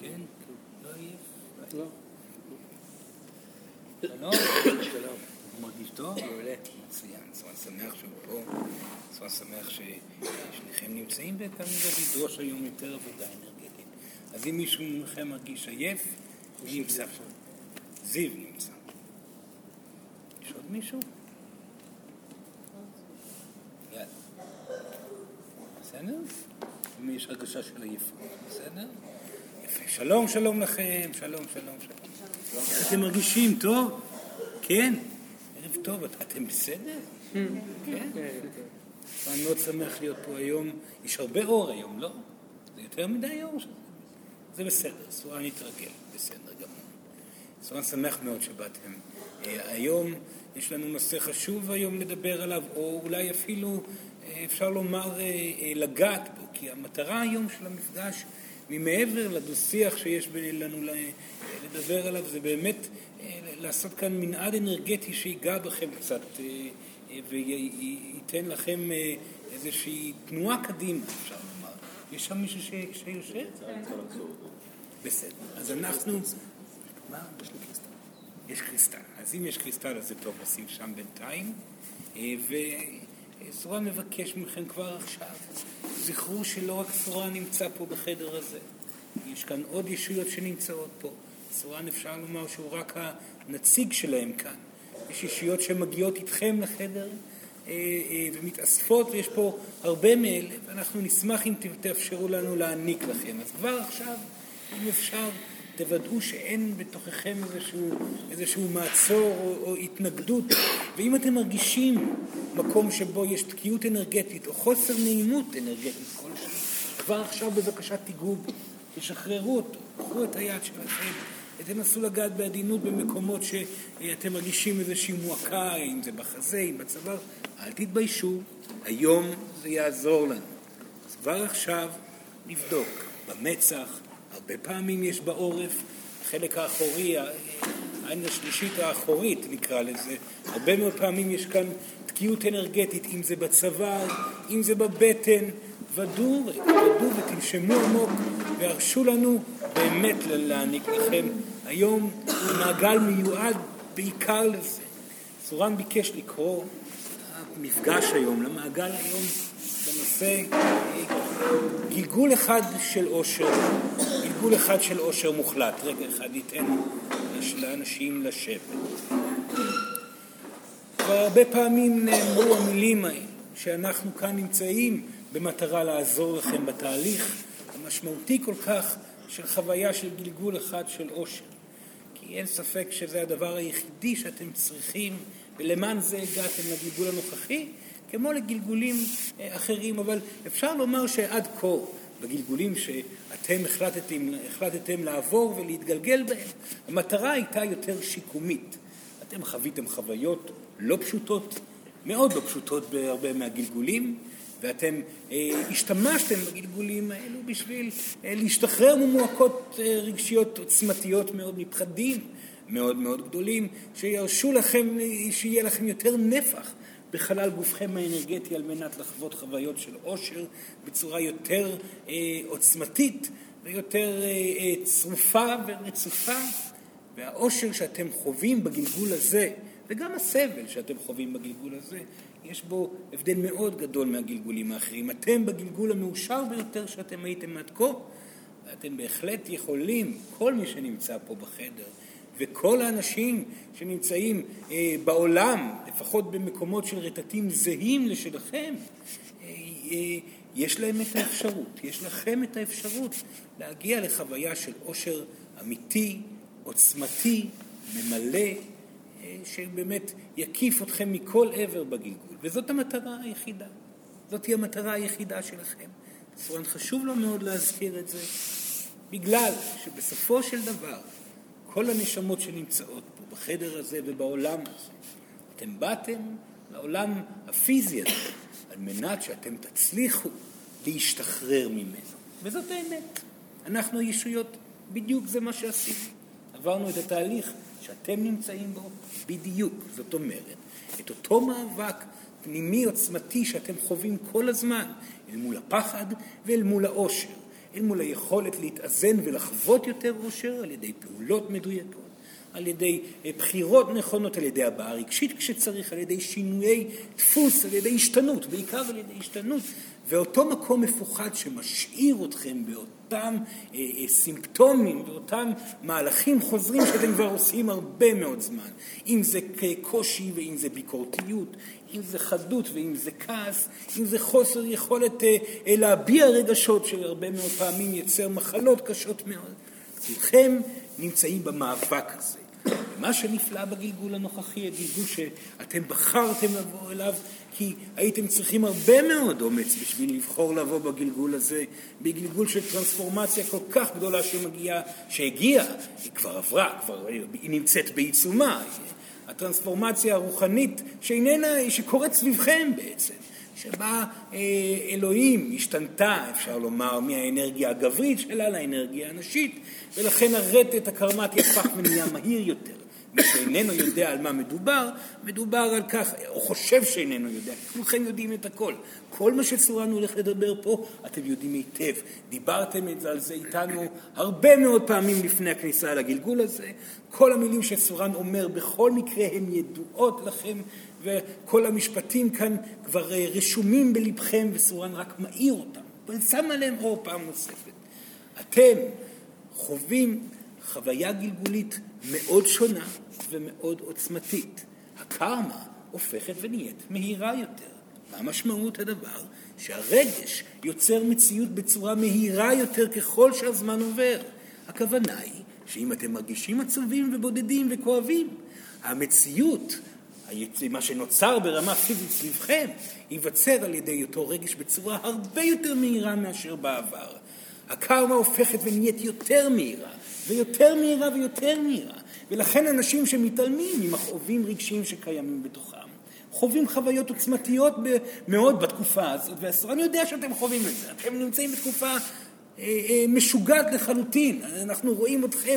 כן, לא עייף. לא. שלום. שלום. הוא מרגיש טוב? מעולה. מצוין. סומן שמח שהוא פה. סומן שמח ששניכם נמצאים וכאן לדרוש היום יותר עבודה אנרגטית. אז אם מישהו מכם מרגיש עייף, הוא נמצא פה. זיו נמצא. יש עוד מישהו? יאללה. בסדר? אם יש הרגשה של עייפות. בסדר? יפה. שלום, שלום לכם. שלום, שלום, שלום. איך אתם מרגישים? טוב? כן? ערב טוב. אתם בסדר? כן? אני מאוד שמח להיות פה היום. יש הרבה אור היום, לא? זה יותר מדי אור. זה בסדר. סורה נתרגל. בסדר גמור. סורה שמח מאוד שבאתם. היום יש לנו נושא חשוב היום לדבר עליו, או אולי אפילו אפשר לומר לגעת בו, כי המטרה היום של המפגש ממעבר לדו-שיח שיש לנו לדבר עליו, זה באמת לעשות כאן מנעד אנרגטי שיגע בכם קצת וייתן לכם איזושהי תנועה קדימה, אפשר לומר. יש שם מישהו שיושב? בסדר. אז אנחנו... מה? יש קריסטל. אז אם יש קריסטל אז זה טוב לשים שם בינתיים. וסורה מבקש מכם כבר עכשיו. זכרו שלא רק סורה נמצא פה בחדר הזה. יש כאן עוד ישויות שנמצאות פה. סורה אפשר לומר שהוא רק הנציג שלהם כאן. יש ישויות שמגיעות איתכם לחדר ומתאספות, ויש פה הרבה מאלה, ואנחנו נשמח אם תאפשרו לנו להעניק לכם. אז כבר עכשיו, אם אפשר, תוודאו שאין בתוככם איזשהו מעצור או התנגדות, ואם אתם מרגישים מקום שבו יש תקיעות אנרגטית או חוסר נעימות אנרגטית כלשהי, כבר עכשיו בבקשה תיגעו, תשחררו אותו, קחו את היד שלכם, ותנסו לגעת בעדינות במקומות שאתם מרגישים איזושהי מועקה, אם זה בחזה, אם בצוואר, אל תתביישו, היום זה יעזור לנו. אז כבר עכשיו נבדוק במצח, הרבה פעמים יש בעורף, החלק האחורי, העין השלישית האחורית נקרא לזה, הרבה מאוד פעמים יש כאן תקיעות אנרגטית, אם זה בצוואר, אם זה בבטן, ודאו ותנשמו עמוק והרשו לנו באמת להעניק לכם. היום המעגל מיועד בעיקר לזה. סורן ביקש לקרוא מפגש היום למעגל היום בנושא גלגול אחד של אושר, גלגול אחד של אושר מוחלט. רגע אחד ניתן לאנשים לשבת. והרבה פעמים נאמרו המילים האלה שאנחנו כאן נמצאים במטרה לעזור לכם בתהליך המשמעותי כל כך של חוויה של גלגול אחד של אושר. כי אין ספק שזה הדבר היחידי שאתם צריכים, ולמען זה הגעתם לגלגול הנוכחי, כמו לגלגולים אחרים, אבל אפשר לומר שעד כה, בגלגולים שאתם החלטתם לעבור ולהתגלגל בהם, המטרה הייתה יותר שיקומית. אתם חוויתם חוויות לא פשוטות, מאוד לא פשוטות בהרבה מהגלגולים, ואתם השתמשתם בגלגולים האלו בשביל להשתחרר ממועקות רגשיות עוצמתיות מאוד, מפחדים מאוד מאוד גדולים, שירשו לכם, שיהיה לכם יותר נפח בחלל גופכם האנרגטי על מנת לחוות חוויות של אושר בצורה יותר עוצמתית ויותר צרופה ורצופה. והאושר שאתם חווים בגלגול הזה, וגם הסבל שאתם חווים בגלגול הזה, יש בו הבדל מאוד גדול מהגלגולים האחרים. אתם בגלגול המאושר ביותר שאתם הייתם עד כה, ואתם בהחלט יכולים, כל מי שנמצא פה בחדר, וכל האנשים שנמצאים בעולם, לפחות במקומות של רטטים זהים לשלכם, יש להם את האפשרות, יש לכם את האפשרות להגיע לחוויה של אושר אמיתי, עוצמתי, ממלא, שבאמת יקיף אתכם מכל עבר בגלגול. וזאת המטרה היחידה. זאת היא המטרה היחידה שלכם. סורן חשוב לו מאוד להזכיר את זה, בגלל שבסופו של דבר, כל הנשמות שנמצאות פה, בחדר הזה ובעולם הזה, אתם באתם לעולם הפיזי הזה, על מנת שאתם תצליחו להשתחרר ממנו. וזאת האמת. אנחנו הישויות, בדיוק זה מה שעשינו. עברנו את התהליך שאתם נמצאים בו בדיוק. זאת אומרת, את אותו מאבק פנימי עוצמתי שאתם חווים כל הזמן, אל מול הפחד ואל מול האושר. אל מול היכולת להתאזן ולחוות יותר אושר על ידי פעולות מדויקות, על ידי בחירות נכונות, על ידי הבעה רגשית כשצריך, על ידי שינויי דפוס, על ידי השתנות, בעיקר על ידי השתנות, ואותו מקום מפוחד שמשאיר אתכם באותם סימפטומים, באותם מהלכים חוזרים שאתם כבר עושים הרבה מאוד זמן, אם זה קושי ואם זה ביקורתיות, אם זה חדות ואם זה כעס, אם זה חוסר יכולת להביע רגשות שהרבה מאוד פעמים יצר מחלות קשות מאוד. כולכם נמצאים במאבק הזה. מה שנפלא בגלגול הנוכחי, הגלגול שאתם בחרתם לבוא אליו, כי הייתם צריכים הרבה מאוד אומץ בשביל לבחור לבוא בגלגול הזה, בגלגול של טרנספורמציה כל כך גדולה שהגיעה, היא כבר עברה, היא נמצאת בעיצומה. הטרנספורמציה הרוחנית שקורית סביבכם בעצם, שבה אלוהים השתנתה, אפשר לומר, מהאנרגיה הגברית שלה לאנרגיה הנשית, ולכן הרטט הקרמטי הפך ונהיה מהיר יותר. מי שאיננו יודע על מה מדובר על כך, או חושב שאיננו יודע, כולכם יודעים את הכל. כל מה שסורן הולך לדבר פה, אתם יודעים היטב. דיברתם על זה איתנו הרבה מאוד פעמים לפני הכניסה לגלגול הזה. כל המילים שסורן אומר בכל מקרה הן ידועות לכם, וכל המשפטים כאן כבר רשומים בלבכם, וסורן רק מאיר אותם, ושם עליהם אור פעם נוספת. אתם חווים חוויה גלגולית מאוד שונה ומאוד עוצמתית. הקרמה הופכת ונהיית מהירה יותר. מה משמעות הדבר? שהרגש יוצר מציאות בצורה מהירה יותר ככל שהזמן עובר. הכוונה היא שאם אתם מרגישים עצובים ובודדים וכואבים, המציאות, מה שנוצר ברמה פיזית סביבכם, ייווצר על ידי אותו רגש בצורה הרבה יותר מהירה מאשר בעבר. הקרמה הופכת ונהיית יותר מהירה, ויותר מהירה ויותר מהירה. ולכן אנשים שמתעלמים ממכאובים רגשיים שקיימים בתוכם, חווים חוויות עוצמתיות מאוד בתקופה הזאת, והסורן יודע שאתם חווים את זה. אתם נמצאים בתקופה משוגעת לחלוטין. אנחנו רואים אתכם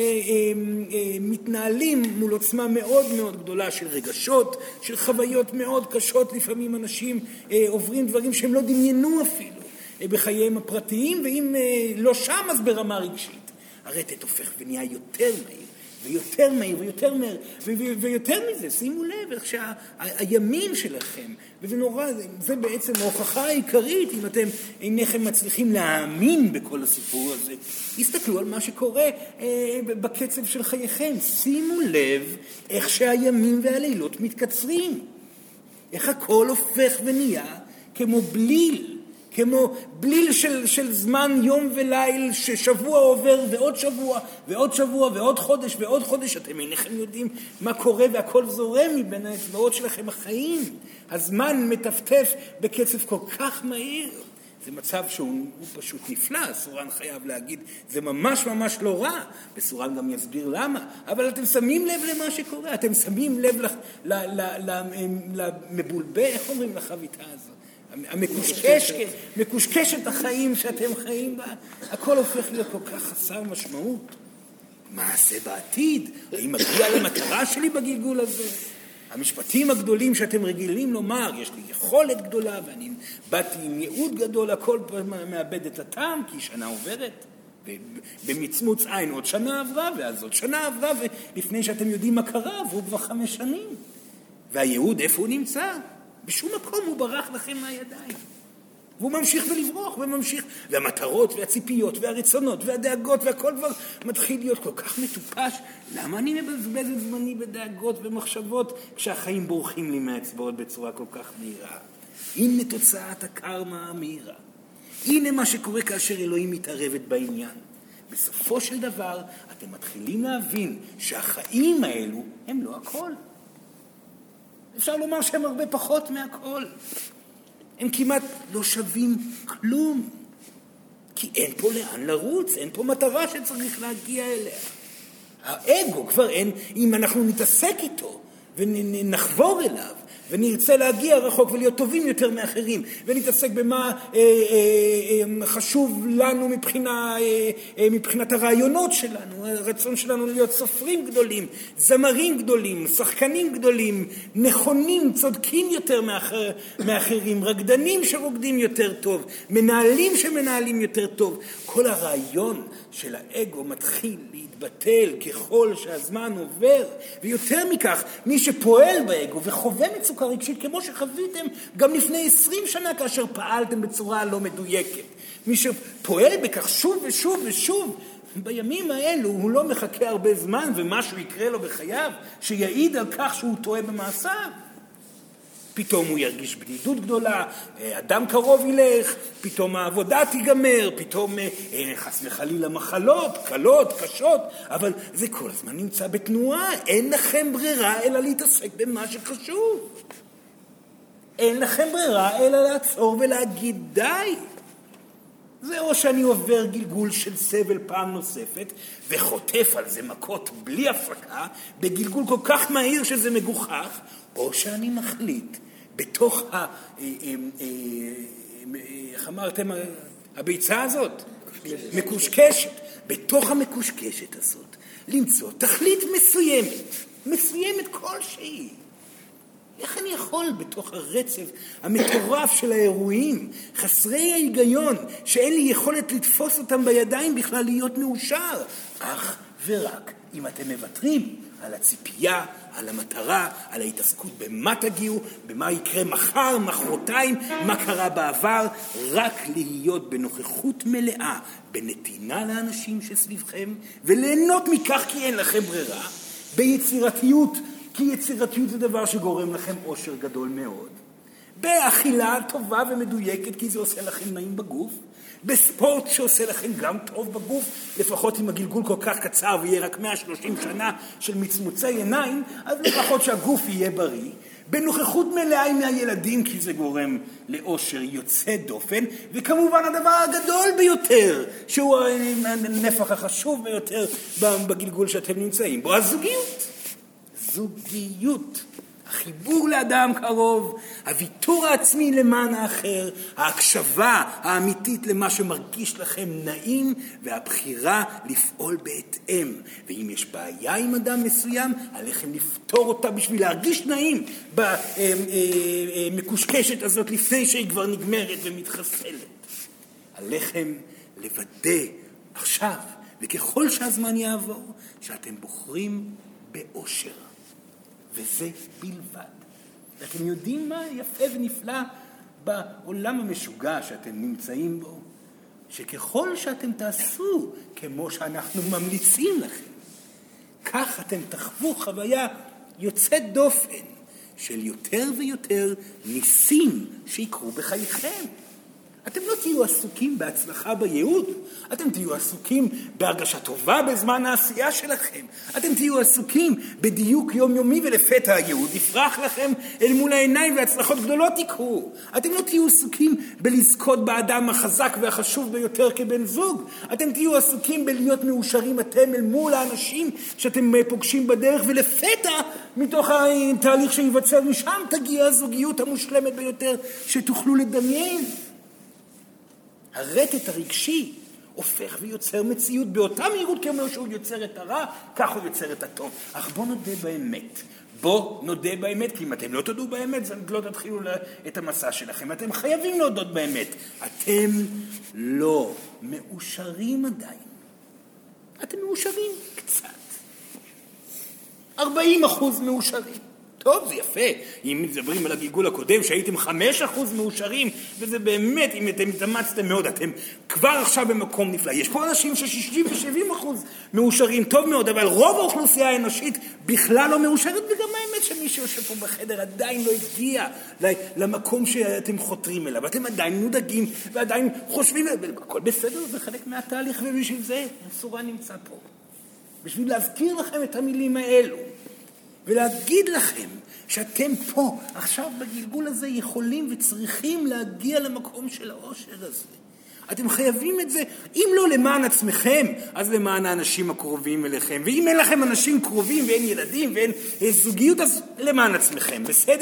מתנהלים מול עוצמה מאוד מאוד גדולה של רגשות, של חוויות מאוד קשות. לפעמים אנשים עוברים דברים שהם לא דמיינו אפילו בחייהם הפרטיים, ואם לא שם אז ברמה רגשית. הרטט הופך ונהיה יותר מהיר, ויותר מהיר, ויותר מהיר, ויותר מזה, שימו לב איך שהימים שלכם, וזה נורא, זה בעצם ההוכחה העיקרית, אם אתם אינכם מצליחים להאמין בכל הסיפור הזה, הסתכלו על מה שקורה בקצב של חייכם, שימו לב איך שהימים והלילות מתקצרים, איך הכל הופך ונהיה כמו בליל, כמו בליל של זמן יום וליל, ששבוע עובר ועוד שבוע ועוד שבוע ועוד חודש ועוד חודש. אתם אינכם יודעים מה קורה והכל זורם מבין האצבעות שלכם. החיים, הזמן מטפטף בקצב כל כך מהיר. זה מצב שהוא פשוט נפלא, סורן חייב להגיד, זה ממש ממש לא רע, וסורן גם יסביר למה, אבל אתם שמים לב למה שקורה, אתם שמים לב למבולבל, איך אומרים לחביתה הזאת? מקושקשת החיים שאתם חיים בה, הכל הופך להיות כל כך חסר משמעות. מה אעשה בעתיד? האם מגיע למטרה שלי בגלגול הזה? המשפטים הגדולים שאתם רגילים לומר, יש לי יכולת גדולה ואני באתי עם ייעוד גדול, הכל מאבד את הטעם כי שנה עוברת. במצמוץ עין עוד שנה עברה ואז עוד שנה עברה, ולפני שאתם יודעים מה קרה עברו כבר 5 שנים. והייעוד איפה הוא נמצא? בשום מקום הוא ברח לכם מהידיים. והוא ממשיך ולברוח וממשיך, והמטרות והציפיות והרצונות והדאגות והכל כבר מתחיל להיות כל כך מטופש. למה אני מבזבז את זמני בדאגות ומחשבות כשהחיים בורחים לי מהאצבעות בצורה כל כך מהירה? הנה תוצאת הקרמה המהירה. הנה מה שקורה כאשר אלוהים מתערבת בעניין. בסופו של דבר אתם מתחילים להבין שהחיים האלו הם לא הכל. אפשר לומר שהם הרבה פחות מהכל. הם כמעט לא שווים כלום. כי אין פה לאן לרוץ, אין פה מטרה שצריך להגיע אליה. האגו כבר אין, אם אנחנו נתעסק איתו ונחבור אליו ונרצה להגיע רחוק ולהיות טובים יותר מאחרים, ונתעסק במה חשוב לנו מבחינת הרעיונות שלנו, הרצון שלנו להיות סופרים גדולים, זמרים גדולים, שחקנים גדולים, נכונים, צודקים יותר מאחרים, רקדנים שרוקדים יותר טוב, מנהלים שמנהלים יותר טוב. כל הרעיון של האגו מתחיל להתבטל ככל שהזמן עובר, ויותר מכך, מי שפועל באגו וחווה מצוקה רגשית כמו שחוויתם גם לפני 20 שנה כאשר פעלתם בצורה לא מדויקת, מי שפועל בכך שוב ושוב ושוב, בימים האלו הוא לא מחכה הרבה זמן ומשהו יקרה לו בחייו שיעיד על כך שהוא טועה במעשיו. פתאום הוא ירגיש בדידות גדולה, אדם קרוב ילך, פתאום העבודה תיגמר, פתאום חס וחלילה מחלות, קלות, קשות, אבל זה כל הזמן נמצא בתנועה, אין לכם ברירה אלא להתעסק במה שחשוב. אין לכם ברירה אלא לעצור ולהגיד די. זה או שאני עובר גלגול של סבל פעם נוספת, וחוטף על זה מכות בלי הפסקה, בגלגול כל כך מהיר שזה מגוחך, או שאני מחליט בתוך איך אמרתם, הביצה הזאת, מקושקשת, בתוך המקושקשת הזאת, למצוא תכלית מסוימת כלשהי. איך אני יכול בתוך הרצף המטורף של האירועים, חסרי ההיגיון, שאין לי יכולת לתפוס אותם בידיים בכלל להיות מאושר, אך ורק אם אתם מוותרים על הציפייה, על המטרה, על ההתעסקות במה תגיעו, במה יקרה מחר, מחרתיים, מה קרה בעבר, רק להיות בנוכחות מלאה, בנתינה לאנשים שסביבכם, וליהנות מכך כי אין לכם ברירה, ביצירתיות, כי יצירתיות זה דבר שגורם לכם אושר גדול מאוד, באכילה טובה ומדויקת כי זה עושה לכם נעים בגוף, בספורט שעושה לכם גם טוב בגוף, לפחות אם הגלגול כל כך קצר ויהיה רק 130 שנה של מצמוצי עיניים, אז לפחות שהגוף יהיה בריא, בנוכחות מלאה עם הילדים כי זה גורם לאושר יוצא דופן, וכמובן הדבר הגדול ביותר, שהוא הנפח החשוב ביותר בגלגול שאתם נמצאים בו, הזוגיות. זוגיות, החיבור לאדם קרוב, הוויתור העצמי למען האחר, ההקשבה האמיתית למה שמרגיש לכם נעים, והבחירה לפעול בהתאם. ואם יש בעיה עם אדם מסוים, עליכם לפתור אותה בשביל להרגיש נעים במקושקשת הזאת לפני שהיא כבר נגמרת ומתחסלת. עליכם לוודא עכשיו, וככל שהזמן יעבור, שאתם בוחרים באושר. וזה בלבד. אתם יודעים מה יפה ונפלא בעולם המשוגע שאתם נמצאים בו? שככל שאתם תעשו כמו שאנחנו ממליצים לכם, כך אתם תחוו חוויה יוצאת דופן של יותר ויותר ניסים שיקרו בחייכם. אתם לא תהיו עסוקים בהצלחה בייעוד, אתם תהיו עסוקים בהרגשה טובה בזמן העשייה שלכם, אתם תהיו עסוקים בדיוק יומיומי ולפתע הייעוד יפרח לכם אל מול העיניים והצלחות גדולות יקרו. אתם לא תהיו עסוקים בלזכות באדם החזק והחשוב ביותר כבן זוג, אתם תהיו עסוקים בלהיות מאושרים אתם אל מול האנשים שאתם פוגשים בדרך, ולפתע מתוך התהליך שיווצר משם תגיע הזוגיות המושלמת ביותר שתוכלו לדמיין. הרטט הרגשי הופך ויוצר מציאות באותה מהירות כמו שהוא יוצר את הרע, כך הוא יוצר את הטוב. אך בוא נודה באמת. בוא נודה באמת, כי אם אתם לא תודו באמת, אז לא תתחילו את המסע שלכם. אתם חייבים להודות באמת. אתם לא מאושרים עדיין. אתם מאושרים קצת. 40% מאושרים. טוב, זה יפה. אם מדברים על הגלגול הקודם שהייתם 5% מאושרים, וזה באמת, אם אתם התאמצתם מאוד, אתם כבר עכשיו במקום נפלא. יש פה אנשים ש60% ו70% מאושרים, טוב מאוד, אבל רוב האוכלוסייה האנושית בכלל לא מאושרת, וגם האמת שמי שיושב פה בחדר עדיין לא הגיע למקום שאתם חותרים אליו. אתם עדיין מודאגים ועדיין חושבים, הכל בסדר, זה חלק מהתהליך, ובשביל זה הסורה נמצא פה. בשביל להזכיר לכם את המילים האלו. ולהגיד לכם שאתם פה, עכשיו בגלגול הזה, יכולים וצריכים להגיע למקום של האושר הזה. אתם חייבים את זה, אם לא למען עצמכם, אז למען האנשים הקרובים אליכם. ואם אין לכם אנשים קרובים ואין ילדים ואין זוגיות, אז למען עצמכם, בסדר?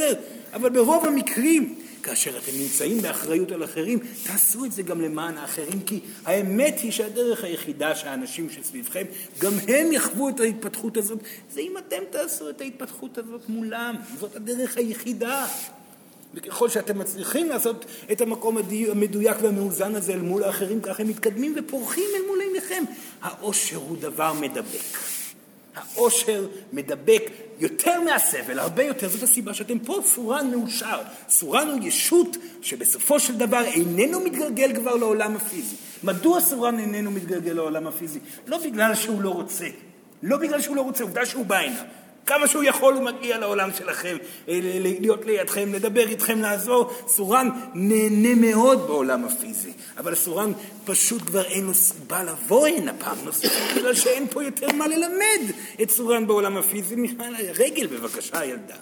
אבל ברוב המקרים, כאשר אתם נמצאים באחריות על אחרים, תעשו את זה גם למען האחרים, כי האמת היא שהדרך היחידה שהאנשים שסביבכם, גם הם יחוו את ההתפתחות הזאת, זה אם אתם תעשו את ההתפתחות הזאת מולם. זאת הדרך היחידה. וככל שאתם מצליחים לעשות את המקום המדויק והמאוזן הזה אל מול האחרים, כך הם מתקדמים ופורחים אל מול עיניכם. האושר הוא דבר מדבק. האושר מדבק יותר מהסבל, הרבה יותר. זאת הסיבה שאתם פה. סורן מאושר. סורן הוא ישות שבסופו של דבר איננו מתגלגל כבר לעולם הפיזי. מדוע סורן איננו מתגלגל לעולם הפיזי? לא בגלל שהוא לא רוצה. לא בגלל שהוא לא רוצה, עובדה שהוא בא הנה. כמה שהוא יכול הוא מגיע לעולם שלכם, להיות לידכם, לדבר איתכם, לעזור. סורן נהנה מאוד בעולם הפיזי, אבל סורן פשוט כבר אין לו סיבה לבוא הנה פעם נוספת, בגלל שאין פה יותר מה ללמד את סורן בעולם הפיזי. רגל בבקשה ילדה.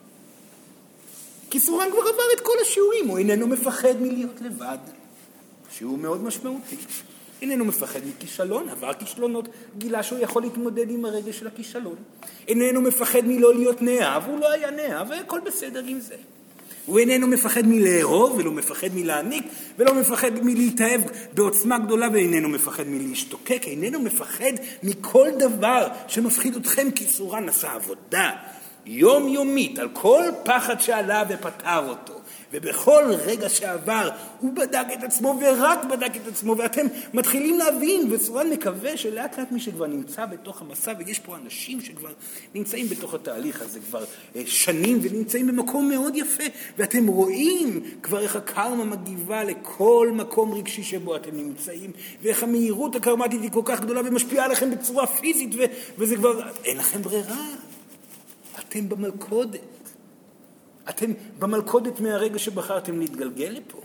כי סורן כבר עבר את כל השיעורים, הוא איננו מפחד מלהיות לבד, שהוא מאוד משמעותי. איננו מפחד מכישלון, עבר כישלונות, גילה שהוא יכול להתמודד עם הרגש של הכישלון. איננו מפחד מלא להיות נאהב, הוא לא היה נאהב, והכל בסדר עם זה. הוא איננו מפחד מלאהוב, ולא מפחד מלהעניק, ולא מפחד מלהתאהב בעוצמה גדולה, ואיננו מפחד מלהשתוקק, איננו מפחד מכל דבר שמפחיד אתכם, כי סורן עשה עבודה יומיומית על כל פחד שעלה ופתר אותו. ובכל רגע שעבר הוא בדק את עצמו ורק בדק את עצמו, ואתם מתחילים להבין, וסורן מקווה שלאט לאט מי שכבר נמצא בתוך המסע, ויש פה אנשים שכבר נמצאים בתוך התהליך הזה כבר שנים, ונמצאים במקום מאוד יפה, ואתם רואים כבר איך הקרמה מגיבה לכל מקום רגשי שבו אתם נמצאים, ואיך המהירות הקרמטית היא כל כך גדולה ומשפיעה עליכם בצורה פיזית, וזה כבר, אין לכם ברירה. אתם במלכודת. אתם במלכודת מהרגע שבחרתם להתגלגל לפה.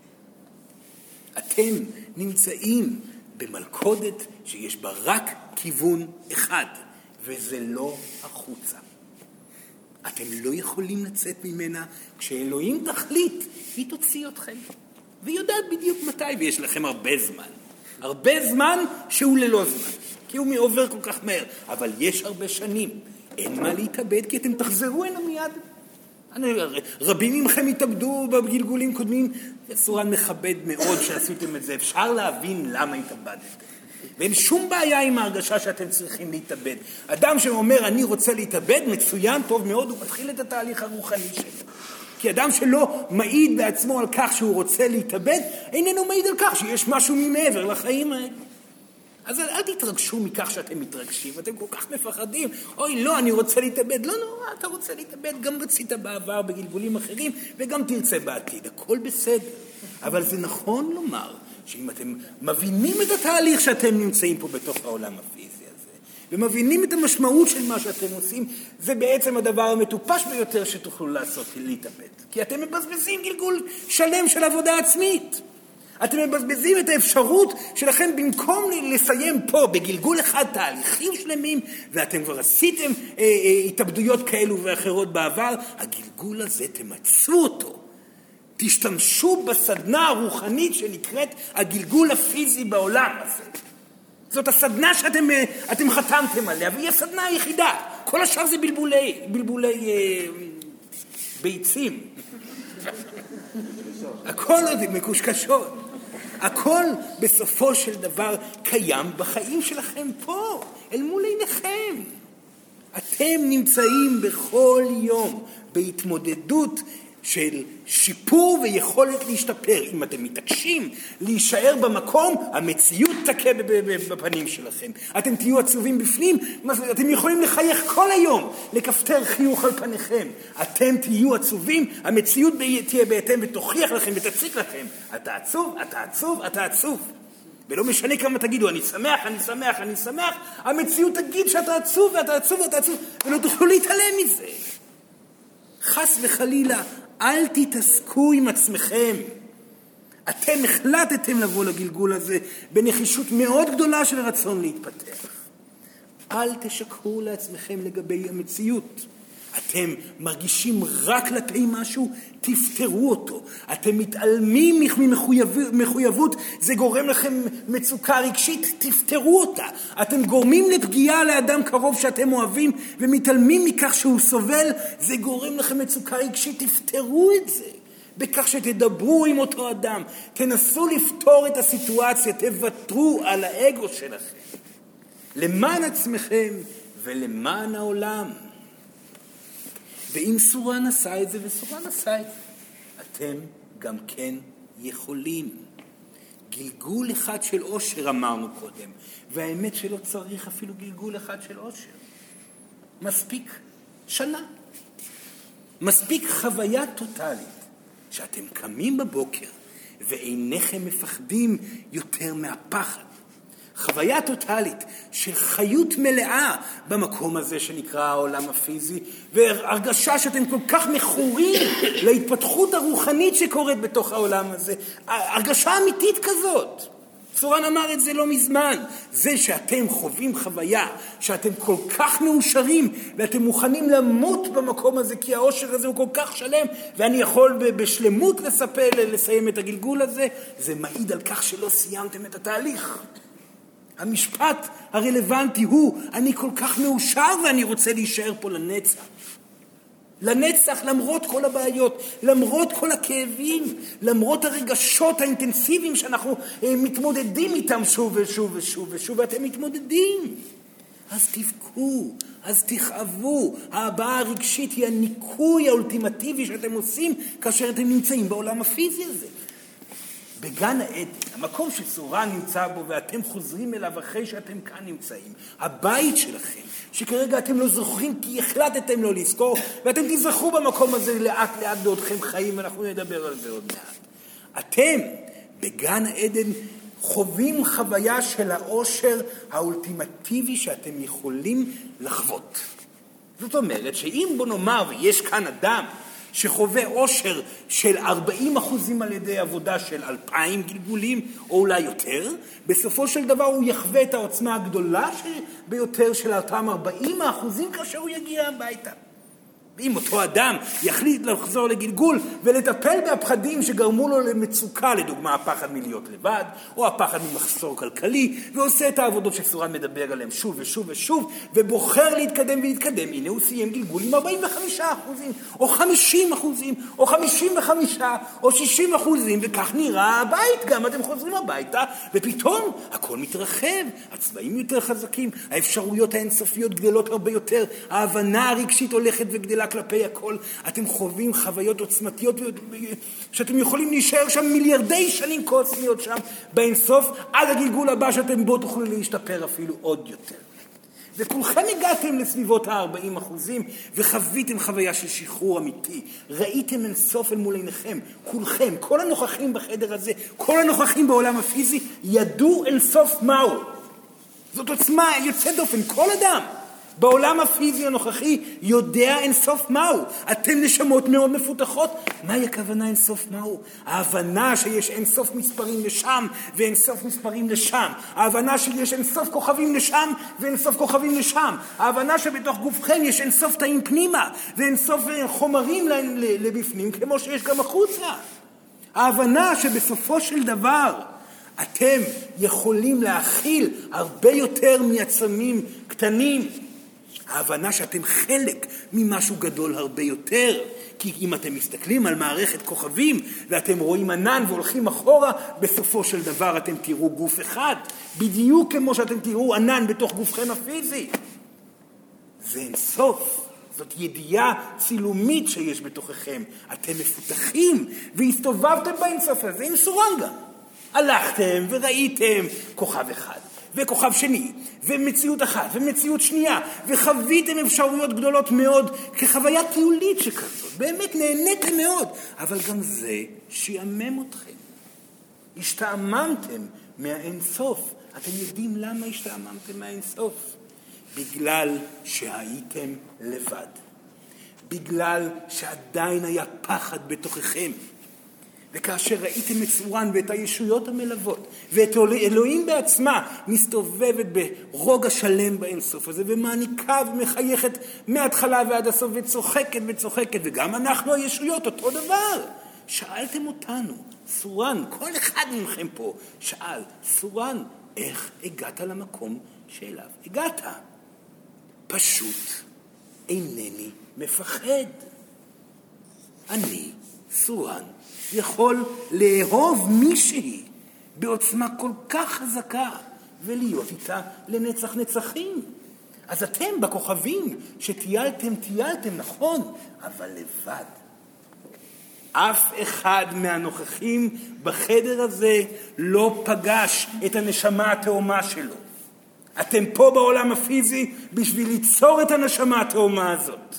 אתם נמצאים במלכודת שיש בה רק כיוון אחד, וזה לא החוצה. אתם לא יכולים לצאת ממנה. כשאלוהים תחליט, היא תוציא אתכם. והיא יודעת בדיוק מתי, ויש לכם הרבה זמן. הרבה זמן שהוא ללא זמן, כי הוא עובר כל כך מהר. אבל יש הרבה שנים. אין מה להתאבד, כי אתם תחזרו הנה מיד. רבים מכם התאבדו בגלגולים קודמים, וסורן מכבד מאוד שעשיתם את זה. אפשר להבין למה התאבדתם. ואין שום בעיה עם ההרגשה שאתם צריכים להתאבד. אדם שאומר אני רוצה להתאבד, מצוין, טוב מאוד, הוא מתחיל את התהליך הרוחני שלו. כי אדם שלא מעיד בעצמו על כך שהוא רוצה להתאבד, איננו מעיד על כך שיש משהו ממעבר לחיים האלה. אז אל תתרגשו מכך שאתם מתרגשים, אתם כל כך מפחדים, אוי לא, אני רוצה להתאבד. לא נורא, אתה רוצה להתאבד, גם רצית בעבר בגלגולים אחרים, וגם תרצה בעתיד, הכל בסדר. אבל זה נכון לומר, שאם אתם מבינים את התהליך שאתם נמצאים פה בתוך העולם הפיזי הזה, ומבינים את המשמעות של מה שאתם עושים, זה בעצם הדבר המטופש ביותר שתוכלו לעשות, להתאבד. כי אתם מבזבזים גלגול שלם של עבודה עצמית. אתם מבזבזים את האפשרות שלכם במקום לסיים פה בגלגול אחד תהליכים שלמים, ואתם כבר עשיתם התאבדויות כאלו ואחרות בעבר, הגלגול הזה תמצאו אותו. תשתמשו בסדנה הרוחנית שנקראת הגלגול הפיזי בעולם הזה. זאת הסדנה שאתם חתמתם עליה, והיא הסדנה היחידה. כל השאר זה בלבולי ביצים. הכל עוד מקושקשות. הכל בסופו של דבר קיים בחיים שלכם פה, אל מול עיניכם. אתם נמצאים בכל יום בהתמודדות של שיפור ויכולת להשתפר. אם אתם מתעקשים להישאר במקום, המציאות תכה בפנים שלכם. אתם תהיו עצובים בפנים, אתם יכולים לחייך כל היום, לכפתר חיוך על פניכם. אתם תהיו עצובים, המציאות תהיה בהתאם ותוכיח לכם ותציק לכם. אתה עצוב, אתה עצוב, אתה עצוב. ולא משנה כמה תגידו, אני שמח, אני שמח, אני שמח, המציאות תגיד שאתה עצוב ואתה עצוב ואתה עצוב, ולא תוכלו להתעלם מזה. חס וחלילה, אל תתעסקו עם עצמכם. אתם החלטתם לבוא לגלגול הזה בנחישות מאוד גדולה של רצון להתפתח. אל תשקרו לעצמכם לגבי המציאות. אתם מרגישים רק כלפי משהו, תפתרו אותו. אתם מתעלמים ממחויבות, זה גורם לכם מצוקה רגשית, תפתרו אותה. אתם גורמים לפגיעה לאדם קרוב שאתם אוהבים, ומתעלמים מכך שהוא סובל, זה גורם לכם מצוקה רגשית, תפתרו את זה. בכך שתדברו עם אותו אדם, תנסו לפתור את הסיטואציה, תוותרו על האגו שלכם. למען עצמכם ולמען העולם. ואם סורן עשה את זה וסורן עשה את זה, אתם גם כן יכולים. גלגול אחד של אושר אמרנו קודם, והאמת שלא צריך אפילו גלגול אחד של אושר. מספיק שנה. מספיק חוויה טוטלית, שאתם קמים בבוקר ואינכם מפחדים יותר מהפחד. חוויה טוטלית של חיות מלאה במקום הזה שנקרא העולם הפיזי, והרגשה שאתם כל כך מכורים להתפתחות הרוחנית שקורית בתוך העולם הזה. הרגשה אמיתית כזאת. סורן אמר את זה לא מזמן. זה שאתם חווים חוויה, שאתם כל כך מאושרים, ואתם מוכנים למות במקום הזה, כי האושר הזה הוא כל כך שלם, ואני יכול בשלמות לסיים את הגלגול הזה, זה מעיד על כך שלא סיימתם את התהליך. המשפט הרלוונטי הוא, אני כל כך מאושר ואני רוצה להישאר פה לנצח. לנצח, למרות כל הבעיות, למרות כל הכאבים, למרות הרגשות האינטנסיביים שאנחנו מתמודדים איתם שוב ושוב ושוב ושוב, ואתם מתמודדים. אז תבכו, אז תכאבו. ההבעה הרגשית היא הניקוי האולטימטיבי שאתם עושים כאשר אתם נמצאים בעולם הפיזי הזה. בגן העדן, המקום שסורן נמצא בו ואתם חוזרים אליו אחרי שאתם כאן נמצאים, הבית שלכם, שכרגע אתם לא זוכרים כי החלטתם לא לזכור, ואתם תזכרו במקום הזה לאט לאט בעודכם חיים, ואנחנו נדבר על זה עוד מעט. אתם בגן העדן חווים חוויה של האושר האולטימטיבי שאתם יכולים לחוות. זאת אומרת שאם בוא נאמר ויש כאן אדם שחווה אושר של 40% על ידי עבודה של 2,000 גלגולים, או אולי יותר, בסופו של דבר הוא יחווה את העוצמה הגדולה ביותר של אותם 40% כאשר הוא יגיע הביתה. ואם אותו אדם יחליט לחזור לגלגול ולטפל בהפחדים שגרמו לו למצוקה, לדוגמה הפחד מלהיות לבד, או הפחד ממחסור כלכלי, ועושה את העבודות שסורן מדבר עליהם שוב ושוב ושוב, ובוחר להתקדם ולהתקדם, הנה הוא סיים גלגול עם 45%, או 50%, או 55%, או 60%, וכך נראה הבית גם, אתם חוזרים הביתה, ופתאום הכל מתרחב, הצבעים יותר חזקים, האפשרויות האינסופיות גדלות הרבה יותר, ההבנה הרגשית הולכת וגדלה כלפי הכל, אתם חווים חוויות עוצמתיות שאתם יכולים להישאר שם מיליארדי שנים קוסמיות שם באינסוף, עד הגלגול הבא שאתם בו תוכלו להשתפר אפילו עוד יותר. וכולכם הגעתם לסביבות ה-40% וחוויתם חוויה של שחרור אמיתי. ראיתם אינסוף אל מול עיניכם. כולכם, כל הנוכחים בחדר הזה, כל הנוכחים בעולם הפיזי, ידעו אינסוף מהו. זאת עוצמה יוצאת דופן. כל אדם בעולם הפיזי הנוכחי יודע אינסוף מהו. אתם נשמות מאוד מפותחות. מהי הכוונה אינסוף מהו? ההבנה שיש אינסוף מספרים לשם ואינסוף מספרים לשם. ההבנה שיש אינסוף כוכבים לשם ואינסוף כוכבים לשם. ההבנה שבתוך גופכם יש אינסוף תאים פנימה ואינסוף חומרים לבפנים כמו שיש גם החוצה. ההבנה שבסופו של דבר אתם יכולים להכיל הרבה יותר מעצמים קטנים. ההבנה שאתם חלק ממשהו גדול הרבה יותר. כי אם אתם מסתכלים על מערכת כוכבים ואתם רואים ענן והולכים אחורה, בסופו של דבר אתם תראו גוף אחד, בדיוק כמו שאתם תראו ענן בתוך גופכם הפיזי. זה אינסוף. זאת ידיעה צילומית שיש בתוככם. אתם מפותחים והסתובבתם באינסוף הזה עם סורן גם. הלכתם וראיתם כוכב אחד וכוכב שני ומציאות אחת ומציאות שנייה וחוויתם אפשרויות גדולות מאוד כחוויה טיולית שכזאת. באמת נהניתם מאוד, אבל גם זה שיאמם אתכם. השתעממתם מהאינסוף. אתם יודעים למה השתעממתם מהאינסוף? בגלל שהייתם לבד. בגלל שעדיין היה פחד בתוככם. וכאשר ראיתם את סורן ואת הישויות המלוות, ואת אלוהים בעצמה מסתובבת ברוגע שלם באינסוף הזה, ומעניקה ומחייכת מההתחלה ועד הסוף, וצוחקת וצוחקת, וגם אנחנו הישויות אותו דבר. שאלתם אותנו, סורן, כל אחד מכם פה שאל, סורן, איך הגעת למקום שאליו הגעת? פשוט אינני מפחד. אני, סורן, יכול לאהוב מישהי בעוצמה כל כך חזקה ולהיות איתה לנצח נצחים. אז אתם בכוכבים שטיילתם, נכון, אבל לבד. אף אחד מהנוכחים בחדר הזה לא פגש את הנשמה התאומה שלו. אתם פה בעולם הפיזי בשביל ליצור את הנשמה התאומה הזאת.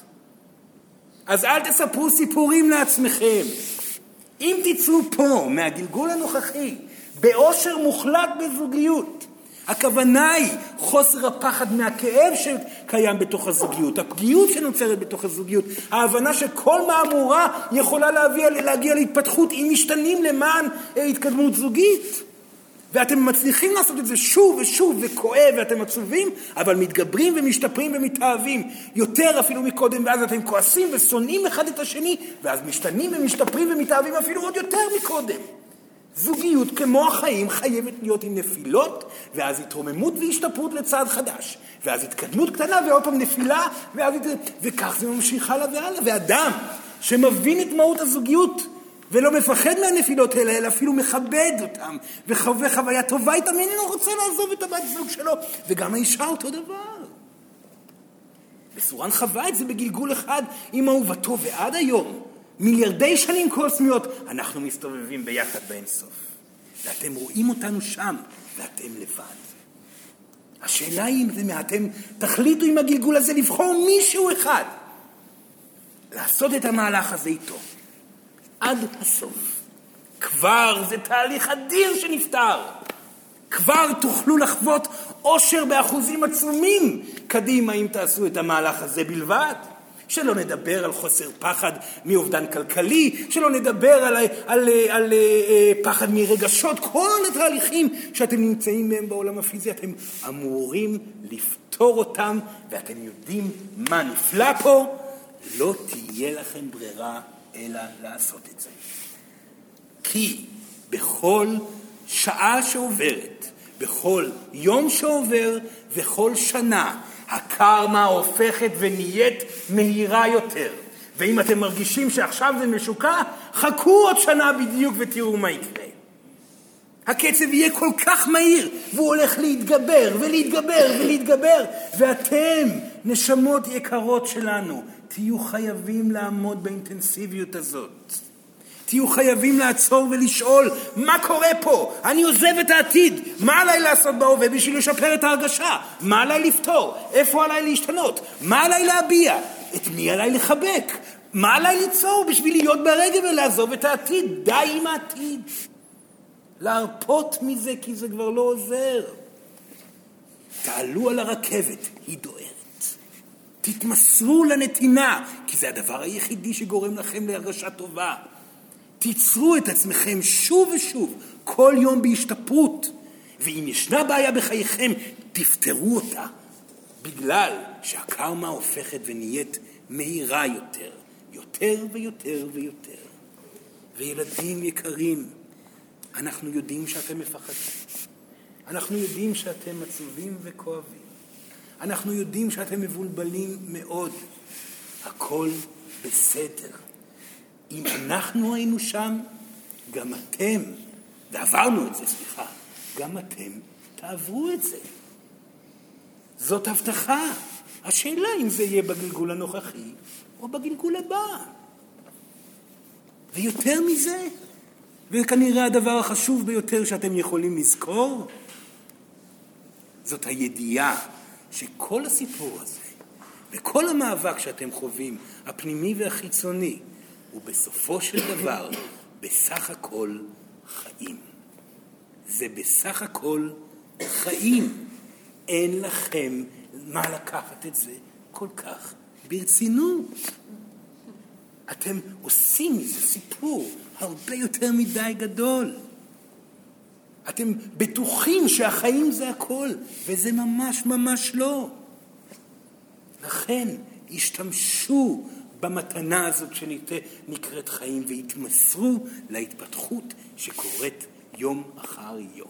אז אל תספרו סיפורים לעצמכם. אם תצאו פה מהגלגול הנוכחי באושר מוחלט בזוגיות, הכוונה היא חוסר הפחד מהכאב שקיים בתוך הזוגיות, הפגיעות שנוצרת בתוך הזוגיות, ההבנה שכל מהמורה יכולה להגיע להתפתחות אם משתנים למען התקדמות זוגית. ואתם מצליחים לעשות את זה שוב ושוב וכואב ואתם עצובים, אבל מתגברים ומשתפרים ומתאהבים יותר אפילו מקודם, ואז אתם כועסים ושונאים אחד את השני, ואז משתנים ומשתפרים ומתאהבים אפילו עוד יותר מקודם. זוגיות כמו החיים חייבת להיות עם נפילות, ואז התרוממות והשתפרות לצעד חדש, ואז התקדמות קטנה ועוד פעם נפילה, וכך זה ממשיך הלאה והלאה. ואדם שמבין את מהות הזוגיות ולא מפחד מהנפילות האלה, אלא אפילו מכבד אותם, וחווה חוויה טובה איתם, איננו רוצה לעזוב את הבת זוג שלו, וגם האישה אותו דבר. וסורן חווה את זה בגלגול אחד עם אהובתו, ועד היום, מיליארדי שנים קוסמיות, אנחנו מסתובבים ביחד באינסוף. ואתם רואים אותנו שם, ואתם לבד. השאלה היא אם אתם תחליטו עם הגלגול הזה לבחור מישהו אחד, לעשות את המהלך הזה איתו. עד הסוף. כבר זה תהליך אדיר שנפטר. כבר תוכלו לחוות אושר באחוזים עצומים קדימה אם תעשו את המהלך הזה בלבד. שלא נדבר על חוסר פחד מאובדן כלכלי, שלא נדבר על פחד מרגשות, כל התהליכים שאתם נמצאים מהם בעולם הפיזי, אתם אמורים לפתור אותם, ואתם יודעים מה נפלא פה, לא תהיה לכם ברירה אלא לעשות את זה. כי בכל שעה שעוברת, בכל יום שעובר וכל שנה, הקרמה הופכת ונהיית מהירה יותר. ואם אתם מרגישים שעכשיו זה משוקע, חכו עוד שנה בדיוק ותראו מה יקרה. הקצב יהיה כל כך מהיר, והוא הולך להתגבר ולהתגבר ולהתגבר. ואתם, נשמות יקרות שלנו, תהיו חייבים לעמוד באינטנסיביות הזאת. תהיו חייבים לעצור ולשאול, מה קורה פה? אני עוזב את העתיד. מה עליי לעשות בהווה בשביל לשפר את ההרגשה? מה עליי לפתור? איפה עליי להשתנות? מה עליי להביע? את מי עליי לחבק? מה עליי ליצור בשביל להיות ברגע ולעזוב את העתיד? די עם העתיד. להרפות מזה כי זה כבר לא עוזר. תעלו על הרכבת, היא דוהרת. תתמסרו לנתינה, כי זה הדבר היחידי שגורם לכם להרגשה טובה. תיצרו את עצמכם שוב ושוב, כל יום בהשתפרות. ואם ישנה בעיה בחייכם, תפתרו אותה. בגלל שהקרמה הופכת ונהיית מהירה יותר. יותר ויותר ויותר. וילדים יקרים, אנחנו יודעים שאתם מפחדים. אנחנו יודעים שאתם עצובים וכואבים. אנחנו יודעים שאתם מבולבלים מאוד. הכל בסדר. אם אנחנו היינו שם, גם אתם, ועברנו את זה, סליחה, גם אתם תעברו את זה. זאת הבטחה. השאלה אם זה יהיה בגלגול הנוכחי או בגלגול הבא. ויותר מזה, וכנראה הדבר החשוב ביותר שאתם יכולים לזכור, זאת הידיעה שכל הסיפור הזה, וכל המאבק שאתם חווים, הפנימי והחיצוני, הוא בסופו של דבר בסך הכל חיים. זה בסך הכל חיים. אין לכם מה לקחת את זה כל כך ברצינות. אתם עושים מזה סיפור. הרבה יותר מדי גדול. אתם בטוחים שהחיים זה הכל, וזה ממש ממש לא. לכן השתמשו במתנה הזאת שנקראת חיים, והתמסרו להתפתחות שקורית יום אחר יום.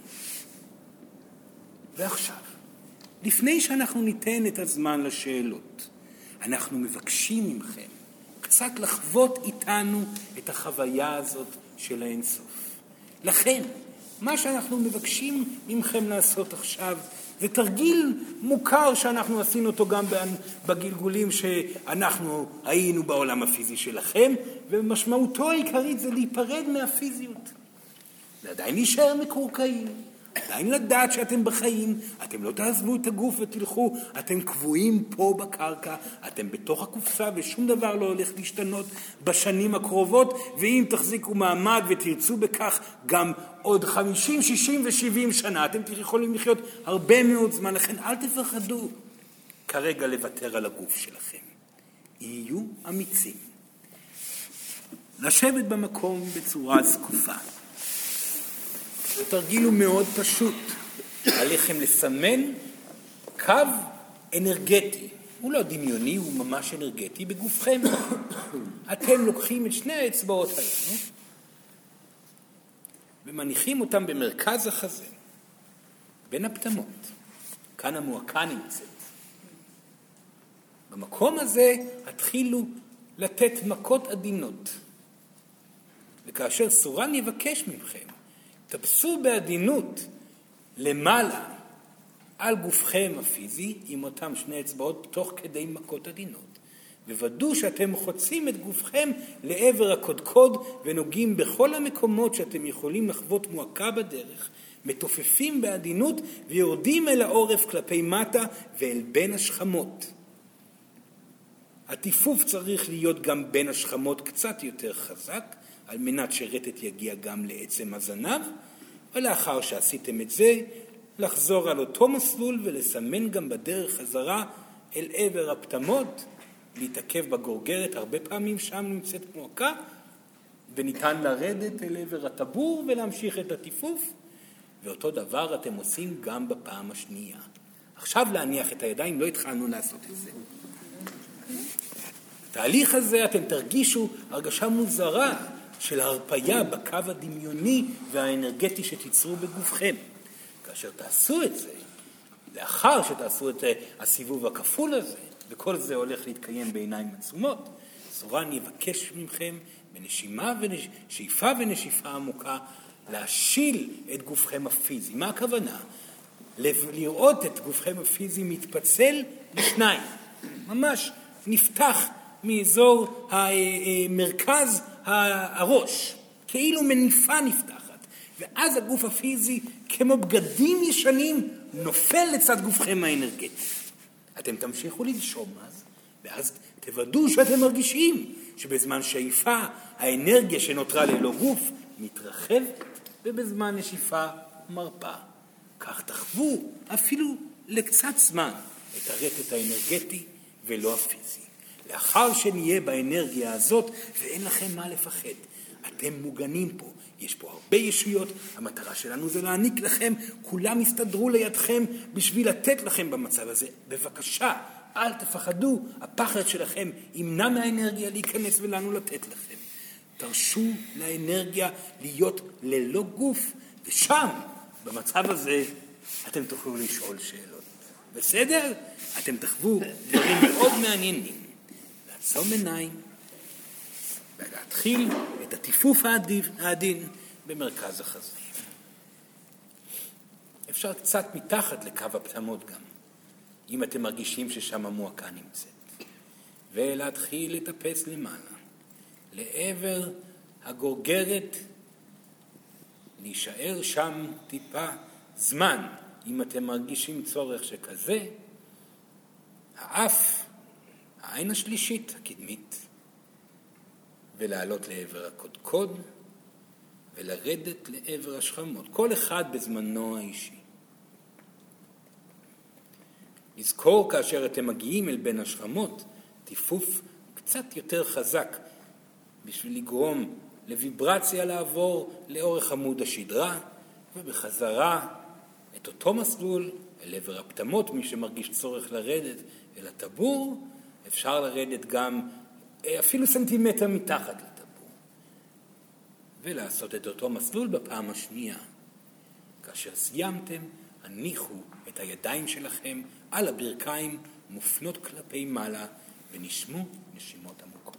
ועכשיו, לפני שאנחנו ניתן את הזמן לשאלות, אנחנו מבקשים מכם קצת לחוות איתנו את החוויה הזאת של האינסוף. לכן, מה שאנחנו מבקשים מכם לעשות עכשיו, זה תרגיל מוכר שאנחנו עשינו אותו גם בגלגולים שאנחנו היינו בעולם הפיזי שלכם, ומשמעותו העיקרית זה להיפרד מהפיזיות. ועדיין להישאר מקורקעים, עדיין לדעת שאתם בחיים, אתם לא תעזבו את הגוף ותלכו, אתם קבועים פה בקרקע, אתם בתוך הקופסה ושום דבר לא הולך להשתנות בשנים הקרובות, ואם תחזיקו מעמד ותרצו בכך גם עוד 50, 60 ו-70 שנה, אתם יכולים לחיות הרבה מאוד זמן, לכן אל תפחדו כרגע לוותר על הגוף שלכם. יהיו אמיצים. לשבת במקום בצורה זקופה. התרגיל הוא מאוד פשוט. עליכם לסמן קו אנרגטי. הוא לא דמיוני, הוא ממש אנרגטי בגופכם. אתם לוקחים את שני האצבעות האלה ומניחים אותם במרכז החזה, בין הפטמות. כאן המועקה נמצאת. במקום הזה התחילו לתת מכות עדינות. וכאשר סורן יבקש מכם, תפסו בעדינות למעלה על גופכם הפיזי עם אותם שני אצבעות תוך כדי מכות עדינות. וודאו שאתם חוצים את גופכם לעבר הקודקוד ונוגעים בכל המקומות שאתם יכולים לחוות מועקה בדרך, מתופפים בעדינות ויורדים אל העורף כלפי מטה ואל בין השכמות. הטיפוף צריך להיות גם בין השכמות קצת יותר חזק, על מנת שרטט יגיע גם לעצם הזנב, ולאחר שעשיתם את זה, לחזור על אותו מסלול ולסמן גם בדרך חזרה אל עבר הפטמות, להתעכב בגורגרת, הרבה פעמים שם נמצאת מועקה, וניתן לרדת אל עבר הטבור ולהמשיך את הטיפוף, ואותו דבר אתם עושים גם בפעם השנייה. עכשיו להניח את הידיים, לא התחלנו לעשות את זה. בתהליך הזה אתם תרגישו הרגשה מוזרה של הרפיה בקו הדמיוני והאנרגטי שתיצרו בגופכם. כאשר תעשו את זה, לאחר שתעשו את הסיבוב הכפול הזה, וכל זה הולך להתקיים בעיניים עצומות, סורן יבקש מכם בנשימה ושאיפה ונשיפה עמוקה להשיל את גופכם הפיזי. מה הכוונה? לראות את גופכם הפיזי מתפצל לשניים. ממש נפתח מאזור המרכז הראש, כאילו מניפה נפתחת. ואז הגוף הפיזי כמו בגדים ישנים נופל לצד גופכם האנרגטי. אתם תמשיכו לנשום אז, ואז תוודאו שאתם מרגישים שבזמן שאיפה האנרגיה שנותרה ללא גוף מתרחבת, ובזמן נשיפה מרפה. כך תחוו אפילו לקצת זמן את הרטט האנרגטי ולא הפיזי. לאחר שנהיה באנרגיה הזאת ואין לכם מה לפחד, אתם מוגנים פה, יש פה הרבה ישויות, המטרה שלנו זה להעניק לכם, כולם יסתדרו לידכם בשביל לתת לכם במצב הזה. בבקשה, אל תפחדו, הפחד שלכם ימנע מהאנרגיה להיכנס ולנו לתת לכם. תרשו לאנרגיה להיות ללא גוף, ושם, במצב הזה, אתם תוכלו לשאול שאלות. בסדר? אתם תחוו דברים מאוד מעניינים. לעצום עיניים, ולהתחיל את הטיפוף העדין במרכז החזה. אפשר קצת מתחת לקו הפטמות גם, אם אתם מרגישים ששם המועקה נמצאת. ולהתחיל לטפס למעלה, לעבר הגורגרת, להישאר שם טיפה זמן, אם אתם מרגישים צורך שכזה. האף, העין השלישית, הקדמית, ולעלות לעבר הקודקוד, ולרדת לעבר השכמות, כל אחד בזמנו האישי. לזכור כאשר אתם מגיעים אל בין השכמות, טיפוף קצת יותר חזק, בשביל לגרום לוויברציה לעבור לאורך עמוד השדרה, ובחזרה את אותו מסלול אל עבר הפטמות. מי שמרגיש צורך לרדת אל הטבור, אפשר לרדת גם אפילו סנטימטר מתחת לטבור, ולעשות את אותו מסלול בפעם השנייה. כאשר סיימתם, הניחו את הידיים שלכם על הברכיים מופנות כלפי מעלה, ונשמו נשימות עמוקות.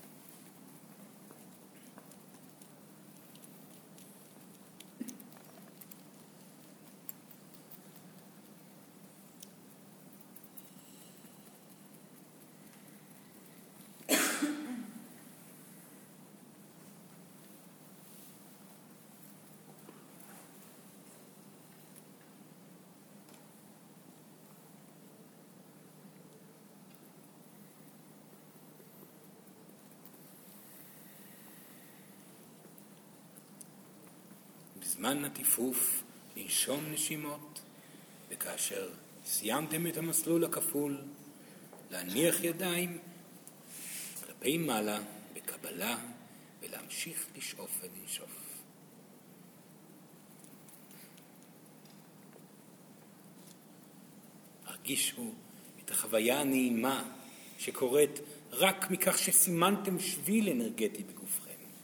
בזמן הטיפוף לנשום נשימות, וכאשר סיימתם את המסלול הכפול, להניח ידיים כלפי מעלה בקבלה ולהמשיך לשאוף ולנשוף. הרגישו את החוויה הנעימה שקורית רק מכך שסימנתם שביל אנרגטי בגופכם.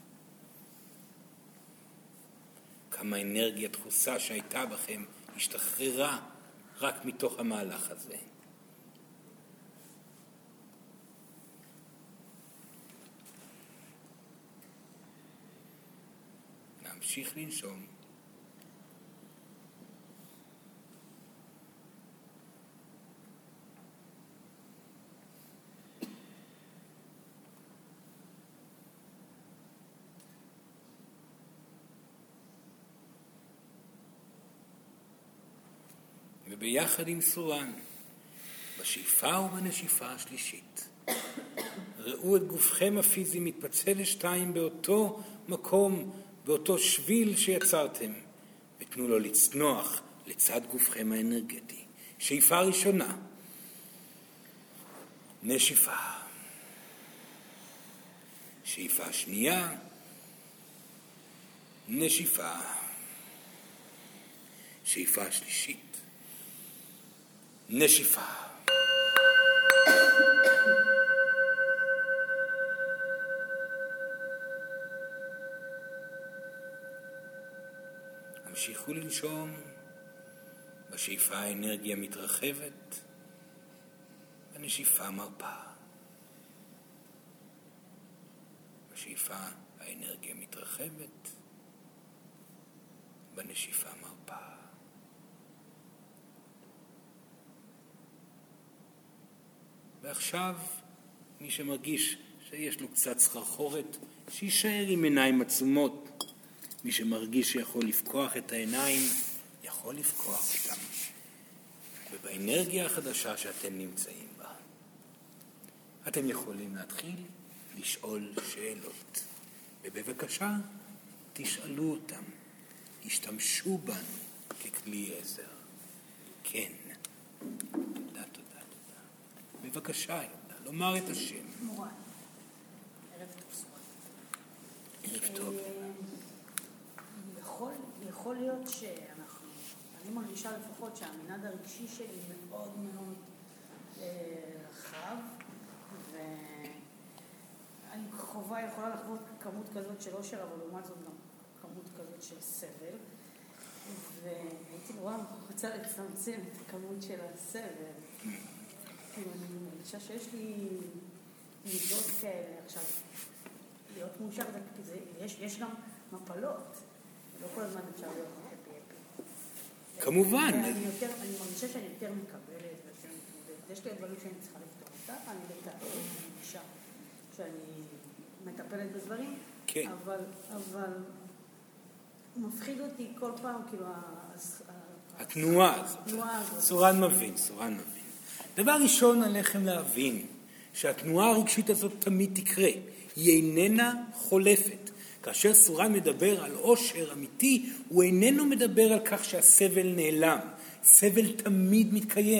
כמה אנרגיה דחוסה שהייתה בכם השתחררה רק מתוך המהלך הזה. נמשיך לנשום. וביחד עם סורן, בשאיפה ובנשיפה השלישית, ראו את גופכם הפיזי מתפצל לשתיים באותו מקום, באותו שביל שיצרתם, ותנו לו לצנוח לצד גופכם האנרגטי. שאיפה ראשונה, נשיפה. שאיפה שנייה, נשיפה. שאיפה שלישית, נשיפה. המשיכו לנשום. בשאיפה האנרגיה מתרחבת, בנשיפה מרפה. בשאיפה האנרגיה מתרחבת, בנשיפה מרפה. ועכשיו, מי שמרגיש שיש לו קצת סחרחורת, שישאר עם עיניים עצומות. מי שמרגיש שיכול לפקוח את העיניים, יכול לפקוח אותם. ובאנרגיה החדשה שאתם נמצאים בה, אתם יכולים להתחיל לשאול שאלות. ובבקשה, תשאלו אותם. השתמשו בנו ככלי עזר. כן. תודה. בבקשה, יהודה, לומר את השם. מורן. ערב טוב. ערב טוב. יכול להיות שאנחנו, אני מרגישה לפחות שהמנעד הרגשי שלי מאוד מאוד רחב, ואני חובה יכולה לחוות כמות כזאת של אושר, אבל לעומת זאת גם כמות כזאת של סבל, והייתי נורא רוצה לצמצם את הכמות של הסבל. אני מרגישה שיש לי מידות כאלה עכשיו, להיות מאושר, יש גם מפלות, לא כל הזמן אפשר להיות אפי. כמובן. אני מרגישה שאני יותר מקבלת ויותר מתמודדת. יש לי דברים שאני צריכה לפתור אותה, אני מרגישה שאני מטפלת בדברים, כן. אבל מפחיד אותי כל פעם, כאילו, התנועה הזאת. סורן מבין. דבר ראשון עליכם להבין שהתנועה הרגשית הזאת תמיד תקרה. היא איננה חולפת. כאשר סורן מדבר על עושר אמיתי, הוא איננו מדבר על כך שהסבל נעלם. סבל תמיד מתקיים.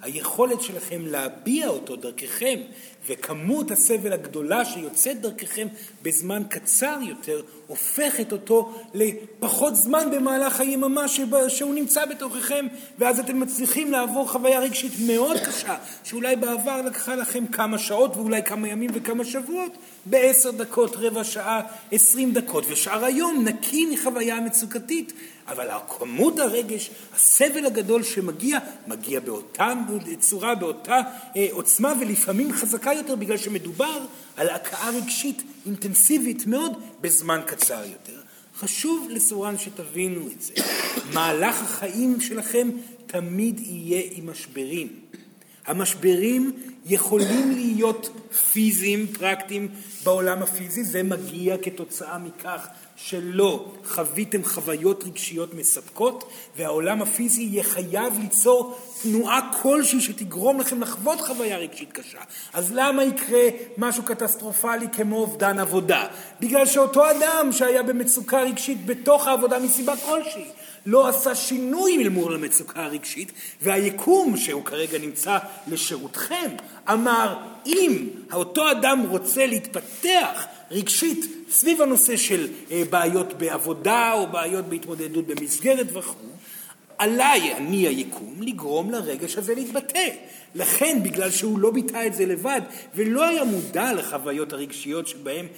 היכולת שלכם להביע אותו דרככם, וכמות הסבל הגדולה שיוצאת דרככם בזמן קצר יותר, הופכת אותו לפחות זמן במהלך היממה שהוא נמצא בתוככם, ואז אתם מצליחים לעבור חוויה רגשית מאוד קשה, שאולי בעבר לקחה לכם כמה שעות, ואולי כמה ימים וכמה שבועות, ב10 דקות, רבע שעה, 20 דקות, ושאר היום נקי מחוויה מצוקתית, אבל הכמות הרגש, הסבל הגדול שמגיע, מגיע באותה צורה, באותה עוצמה, ולפעמים חזקה יותר, בגלל שמדובר על הכאה רגשית אינטנסיבית מאוד בזמן קצר יותר. חשוב לסורן שתבינו את זה. מהלך החיים שלכם תמיד יהיה עם משברים. המשברים יכולים להיות פיזיים, פרקטיים בעולם הפיזי, זה מגיע כתוצאה מכך שלא חוויתם חוויות רגשיות מספקות, והעולם הפיזי יהיה חייב ליצור תנועה כלשהי שתגרום לכם לחוות חוויה רגשית קשה. אז למה יקרה משהו קטסטרופלי כמו אובדן עבודה? בגלל שאותו אדם שהיה במצוקה רגשית בתוך העבודה מסיבה כלשהי, לא עשה שינוי מול המצוקה הרגשית, והיקום שהוא כרגע נמצא לשירותכם, אמר, אם אותו אדם רוצה להתפתח רגשית סביב הנושא של בעיות בעבודה או בעיות בהתמודדות במסגרת וכו', עליי, אני היקום, לגרום לרגש הזה להתבטא. לכן, בגלל שהוא לא ביטא את זה לבד, ולא היה מודע לחוויות הרגשיות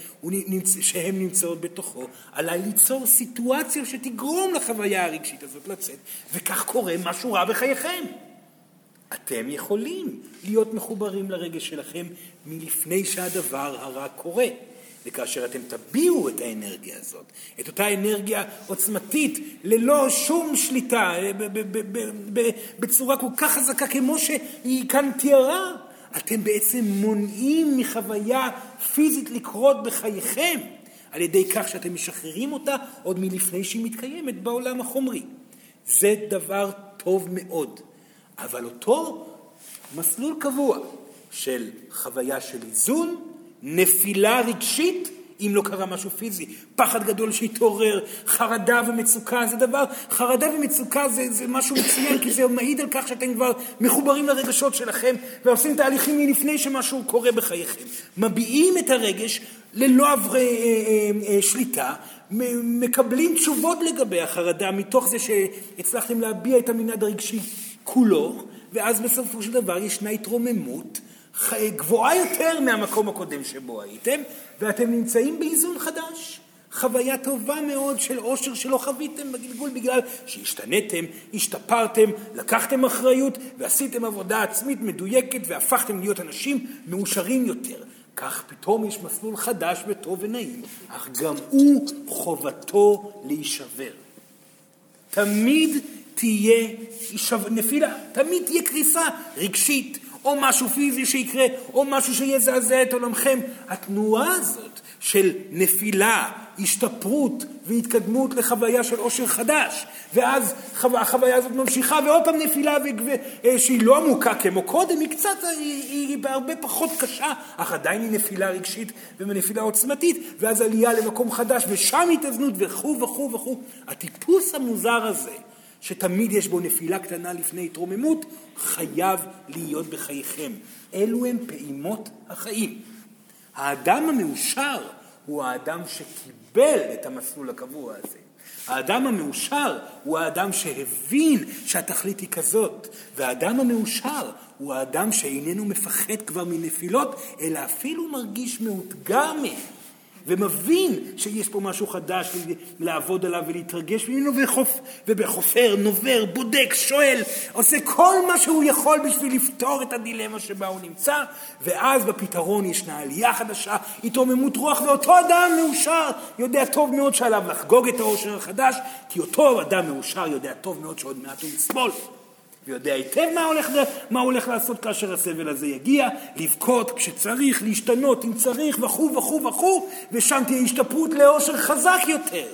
שהן נמצאות בתוכו, עליי ליצור סיטואציה שתגרום לחוויה הרגשית הזאת לצאת, וכך קורה משהו רע בחייכם. אתם יכולים להיות מחוברים לרגש שלכם מלפני שהדבר הרע קורה. וכאשר אתם תביאו את האנרגיה הזאת, את אותה אנרגיה עוצמתית, ללא שום שליטה, בצורה כל כך חזקה כמו שהיא כאן תיארה, אתם בעצם מונעים מחוויה פיזית לקרות בחייכם, על ידי כך שאתם משחררים אותה עוד מלפני שהיא מתקיימת בעולם החומרי. זה דבר טוב מאוד, אבל אותו מסלול קבוע של חוויה של איזון, נפילה רגשית, אם לא קרה משהו פיזי, פחד גדול שהתעורר, חרדה ומצוקה, זה דבר, חרדה ומצוקה זה משהו מצוין, כי זה מעיד על כך שאתם כבר מחוברים לרגשות שלכם, ועושים תהליכים מלפני שמשהו קורה בחייכם. מביעים את הרגש ללא שליטה, מקבלים תשובות לגבי החרדה, מתוך זה שהצלחתם להביע את המנעד הרגשי כולו, ואז בסופו של דבר ישנה התרוממות, גבוהה יותר מהמקום הקודם שבו הייתם, ואתם נמצאים באיזון חדש. חוויה טובה מאוד של אושר שלא חוויתם בגלגול, בגלל שהשתנתם, השתפרתם, לקחתם אחריות, ועשיתם עבודה עצמית מדויקת, והפכתם להיות אנשים מאושרים יותר. כך פתאום יש מסלול חדש וטוב ונעים, אך גם הוא חובתו להישבר. תמיד תהיה נפילה, תמיד תהיה קריסה רגשית, או משהו פיזי שיקרה, או משהו שיזעזע את עולמכם. התנועה הזאת של נפילה, השתפרות והתקדמות לחוויה של אושר חדש, ואז החוויה הזאת ממשיכה, ועוד פעם נפילה שהיא לא עמוקה כמו קודם, היא בהרבה פחות קשה, אך עדיין היא נפילה רגשית ונפילה עוצמתית, ואז עלייה למקום חדש, ושם התאזנות וכו' וכו' וכו'. הטיפוס המוזר הזה, שתמיד יש בו נפילה קטנה לפני התרוממות, חייב להיות בחייכם. אלו הם פעימות החיים. האדם המאושר הוא האדם שקיבל את המסלול הקבוע הזה. האדם המאושר הוא האדם שהבין שהתכלית היא כזאת, והאדם המאושר הוא האדם שאיננו מפחד כבר מנפילות, אלא אפילו מרגיש מאותגר מהם. ומבין שיש פה משהו חדש לעבוד עליו ולהתרגש ממנו, ובחופר, נובר, בודק, שואל, עושה כל מה שהוא יכול בשביל לפתור את הדילמה שבה הוא נמצא, ואז בפתרון ישנה עלייה חדשה, התרוממות רוח, ואותו אדם מאושר יודע טוב מאוד שעליו לחגוג את האושר החדש, כי אותו אדם מאושר יודע טוב מאוד שעוד מעט הוא יסבול. ויודע היטב מה הולך לעשות כאשר הסבל הזה יגיע, לבכות כשצריך, להשתנות אם צריך וכו' וכו' וכו', ושם תהיה השתפרות לאושר חזק יותר.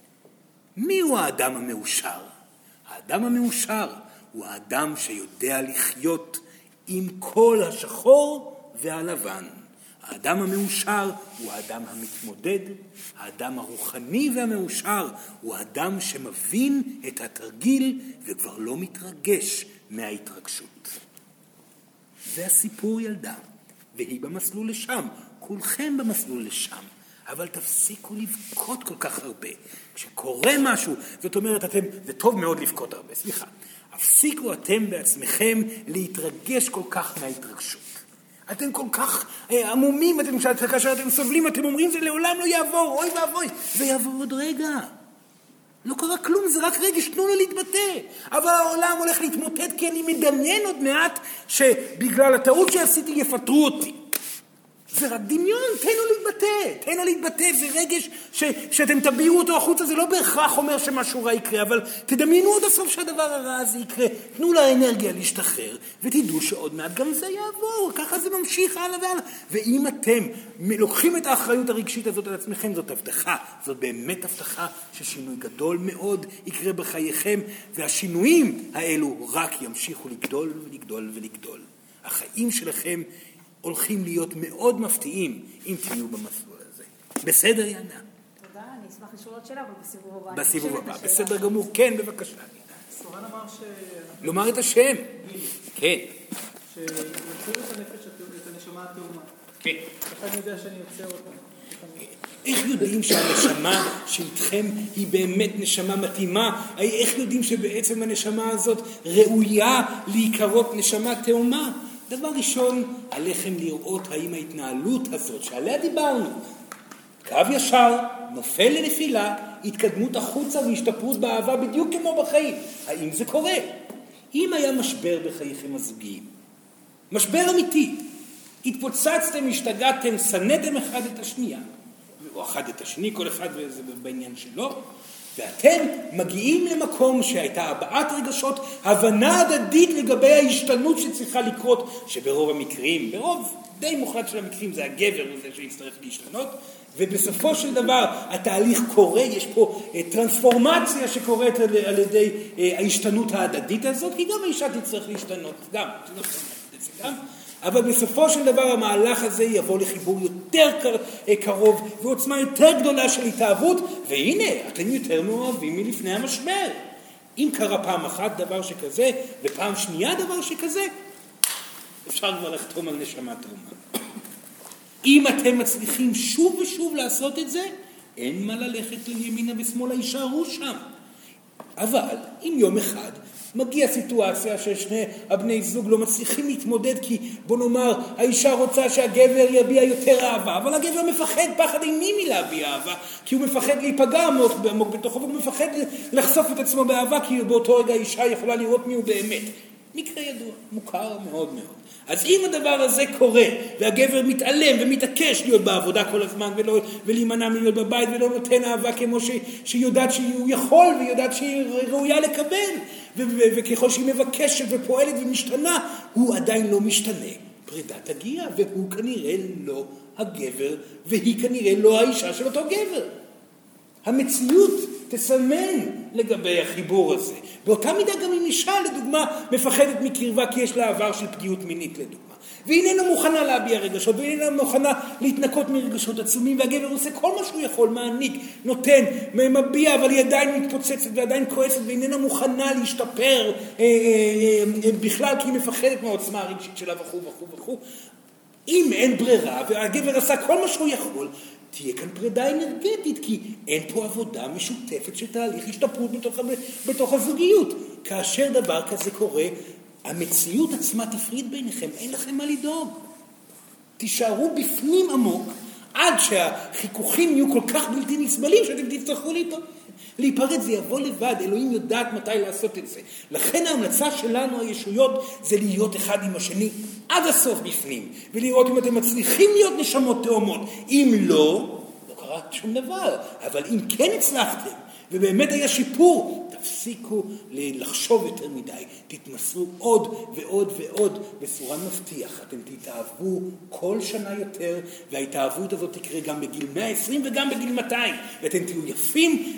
מי הוא האדם המאושר? האדם המאושר הוא האדם שיודע לחיות עם כל השחור והלבן. האדם המאושר הוא האדם המתמודד, האדם הרוחני והמאושר הוא האדם שמבין את התרגיל וכבר לא מתרגש מההתרגשות. זה הסיפור ילדה, והיא במסלול לשם, כולכם במסלול לשם. אבל תפסיקו לבכות כל כך הרבה. כשקורה משהו, זאת אומרת, זה טוב מאוד לבכות הרבה, סליחה. הפסיקו אתם בעצמכם להתרגש כל כך מההתרגשות. אתם כל כך עמומים, כאשר אתם סובלים, אתם אומרים, זה לעולם לא יעבור, אוי ואבוי, זה יעבור עוד רגע. לא קרה כלום, זה רק רגש, תנו לו להתבטא. אבל העולם הולך להתמוטט, כי אני מדמיין עוד מעט שבגלל הטעות שעשיתי יפטרו אותי. זה רק דמיון, תן לו להתבטא, זה רגש שאתם תביאו אותו החוצה, זה לא בהכרח אומר שמשהו רע יקרה, אבל תדמיינו עוד הסוף שהדבר הרע הזה יקרה, תנו לאנרגיה להשתחרר, ותדעו שעוד מעט גם זה יעבור, ככה זה ממשיך הלאה והלאה. ואם אתם לוקחים את האחריות הרגשית הזאת על עצמכם, זאת הבטחה, זאת באמת הבטחה ששינוי גדול מאוד יקרה בחייכם, והשינויים האלו רק ימשיכו לגדול ולגדול ולגדול. החיים שלכם הולכים להיות מאוד מפתיעים אם תהיו במסלול הזה. בסדר, יענה? תודה, אני אשמח לשאול עוד שאלה, אבל בסיבוב הבא. בסיבוב הבא, בסדר גמור. כן, בבקשה. סורן אמר לומר את השם. כן. שיוצר את הנפש, את הנשמה התאומה. כן. איך אני יודע שאני יוצר אותה? איך יודעים שהנשמה שאיתכם היא באמת נשמה מתאימה? איך יודעים שבעצם הנשמה הזאת ראויה להיקרות נשמה תאומה? דבר ראשון, עליכם לראות האם ההתנהלות הזאת שעליה דיברנו, קו ישר, נופל לנפילה, התקדמות החוצה והשתפרות באהבה בדיוק כמו בחיים. האם זה קורה? אם היה משבר בחייכם הזוגיים, משבר אמיתי, התפוצצתם, השתגעתם, שנאתם אחד את השנייה, או אחד את השני, כל אחד וזה בעניין שלו, ואתם מגיעים למקום שהייתה הבעת רגשות, הבנה הדדית לגבי ההשתנות שצריכה לקרות, שברוב המקרים, ברוב די מוחלט של המקרים, זה הגבר וזה שיצטרך להשתנות, ובסופו של דבר התהליך קורה, יש פה טרנספורמציה שקורית על ידי ההשתנות ההדדית הזאת, כי גם האישה תצטרך להשתנות, גם, אבל בסופו של דבר המהלך הזה יבוא לחיבור יותר קרוב ועוצמה יותר גדולה של התאהבות, והנה, אתם יותר מאוהבים מלפני המשבר. אם קרה פעם אחת דבר שכזה, ופעם שנייה דבר שכזה, אפשר כבר לחתום על נשמה תאומה. אם אתם מצליחים שוב ושוב לעשות את זה, אין מה ללכת לימינה ושמאלה, יישארו שם. אבל אם יום אחד מגיעה סיטואציה ששני הבני זוג לא מצליחים להתמודד, כי בוא נאמר האישה רוצה שהגבר יביע יותר אהבה, אבל הגבר מפחד פחד אימים מלהביע אהבה, כי הוא מפחד להיפגע עמוק בתוכו, והוא מפחד לחשוף את עצמו באהבה, כי באותו רגע האישה יכולה לראות מי הוא באמת. מקרה ידוע, מוכר מאוד מאוד. אז אם הדבר הזה קורה, והגבר מתעלם ומתעקש להיות בעבודה כל הזמן, ולהימנע מלהיות בבית, ולא נותן אהבה כמו שיודעת שהוא יכול, ויודעת שהיא ראויה לקבל, וככל שהיא מבקשת ופועלת ומשתנה, הוא עדיין לא משתנה. פרידה תגיע, והוא כנראה לא הגבר, והיא כנראה לא האישה של אותו גבר. המציאות תסמן לגבי החיבור הזה. באותה מידה גם אם אישה, לדוגמה, מפחדת מקרבה כי יש לה עבר של פגיעות מינית, לדוגמה. והיא איננה מוכנה להביע רגשות, והיא איננה מוכנה להתנקות מרגשות עצומים, והגבר עושה כל מה שהוא יכול, מעניק, נותן, מביע, אבל היא עדיין מתפוצצת ועדיין כועסת, ואיננה מוכנה להשתפר בכלל, כי היא מפחדת מהעוצמה הרגשית שלה וכו'. אם אין ברירה, והגבר עשה כל מה שהוא יכול, תהיה כאן פרידה אנרגטית, כי אין פה עבודה משותפת של תהליך השתפרות בתוך הזוגיות. כאשר דבר כזה קורה, המציאות עצמה תפריד ביניכם, אין לכם מה לדאוג. תישארו בפנים עמוק, עד שהחיכוכים יהיו כל כך בלתי נסבלים, שאתם תצטרכו להיפרד, זה יבוא לבד, אלוהים יודעת מתי לעשות את זה. לכן ההמלצה שלנו, הישויות, זה להיות אחד עם השני עד הסוף בפנים, ולראות אם אתם מצליחים להיות נשמות תאומות. אם לא, לא קרה שום דבר, אבל אם כן הצלחתם, ובאמת היה שיפור, תפסיקו לחשוב יותר מדי, תתמסרו עוד ועוד ועוד, בסורן מבטיח, אתם תתאהבו כל שנה יותר, וההתאהבות הזאת תקרה גם בגיל 120 וגם בגיל 200, ואתם תהיו יפים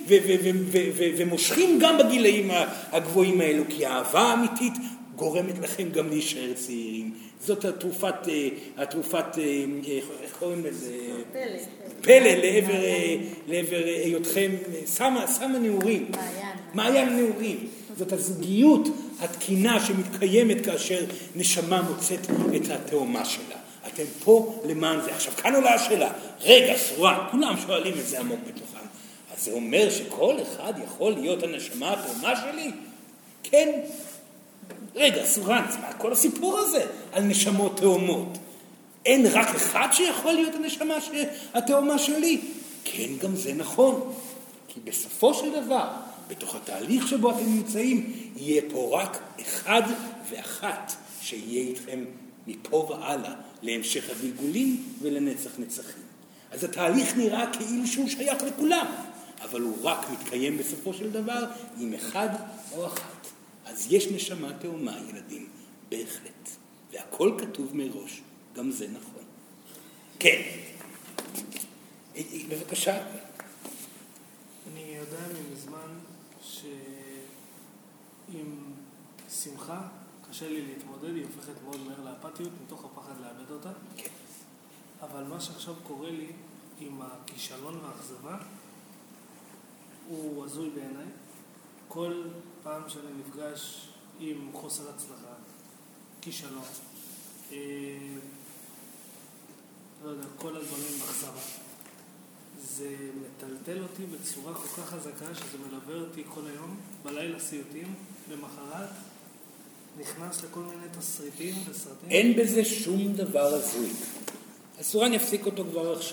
ומושכים גם בגילאים הגבוהים האלו, כי האהבה האמיתית גורמת לכם גם להישאר צעירים. זאת התרופת, איך קוראים לזה? פלא לעבר היותכם, שמה נעורים. מעיין נעורים. זאת הזוגיות התקינה שמתקיימת כאשר נשמה מוצאת את התאומה שלה. אתם פה למען זה. עכשיו, כאן עולה השאלה. רגע, סורן, כולם שואלים את זה עמוק בתוכם. אז זה אומר שכל אחד יכול להיות הנשמה התאומה שלי? כן. רגע, סורן, מה כל הסיפור הזה על נשמות תאומות? אין רק אחד שיכול להיות הנשמה התאומה שלי? כן, גם זה נכון. כי בסופו של דבר, בתוך התהליך שבו אתם נמצאים, יהיה פה רק אחד ואחת שיהיה איתכם מפה והלאה להמשך הגלגולים ולנצח נצחים. אז התהליך נראה כאילו שהוא שייך לכולם, אבל הוא רק מתקיים בסופו של דבר עם אחד או אחת. אז יש נשמה תאומה, ילדים, בהחלט. והכל כתוב מראש, גם זה נכון. כן. בבקשה. אני יודע מזמן שעם שמחה קשה לי להתמודד, היא הופכת מאוד מהר לאפתיות מתוך הפחד לאבד אותה. כן. אבל מה שעכשיו קורה לי עם הכישלון והאכזבה הוא הזוי בעיניי. כל פעם שאני נפגש עם חוסר הצלחה, כישלון, לא יודע, כל הדברים באכזבה, זה מטלטל אותי בצורה כל כך חזקה שזה מלווה אותי כל היום, בלילה סיוטים, למחרת נכנס לכל מיני תסריטים וסרטים. אין בזה שום דבר הזוי. הסורן יפסיק אותו כבר עכשיו.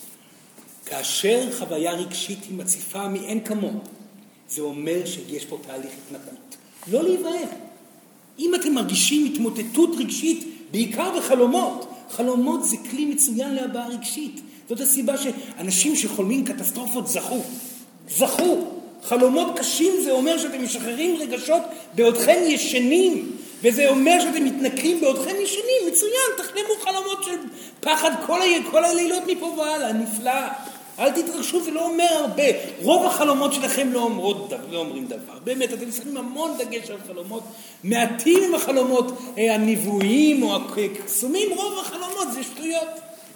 כאשר חוויה רגשית היא מציפה מאין כמוה, זה אומר שיש פה תהליך התנקות. לא להיבהל. אם אתם מרגישים התמוטטות רגשית, בעיקר בחלומות, חלומות זה כלי מצוין להבעה רגשית. זאת הסיבה שאנשים שחולמים קטסטרופות זכו. חלומות קשים זה אומר שאתם משחררים רגשות בעודכם ישנים, וזה אומר שאתם מתנקים בעודכם ישנים. מצוין, תחלמו חלומות של פחד כל הלילות מפה והלאה, נפלא. אל תתרגשו, זה לא אומר הרבה. רוב החלומות שלכם לא אומרים דבר. באמת, אתם שמים המון דגש על חלומות. מעטים עם החלומות הנבואיים או הקסומים, רוב החלומות זה שטויות.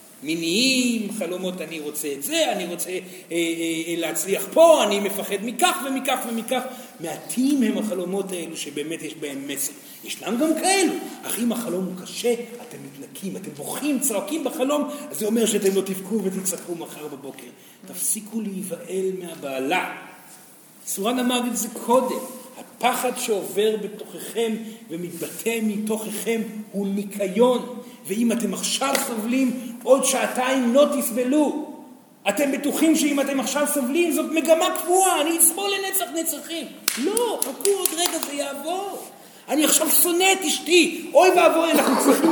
מיניים, חלומות, אני רוצה את זה, אני רוצה להצליח פה, אני מפחד מכך ומכך ומכך. מעטים הם החלומות האלו שבאמת יש בהם מסר. ישנם גם כאלו, אך אם החלום הוא קשה, אתם מתנקים, אתם בוכים, צועקים בחלום, אז זה אומר שאתם לא תבכו ותצחקו מחר בבוקר. תפסיקו להיבהל מהבעלה. סורן אמר את זה קודם. הפחד שעובר בתוככם ומתבטא מתוככם הוא ניקיון. ואם אתם עכשיו סובלים, עוד שעתיים לא תסבלו. אתם בטוחים שאם אתם עכשיו סובלים, זאת מגמה קבועה, אני אסבול לנצח נצחים. לא, חכו עוד רגע זה יעבור. אני עכשיו שונא את אשתי. אוי ואבוי, אנחנו צריכים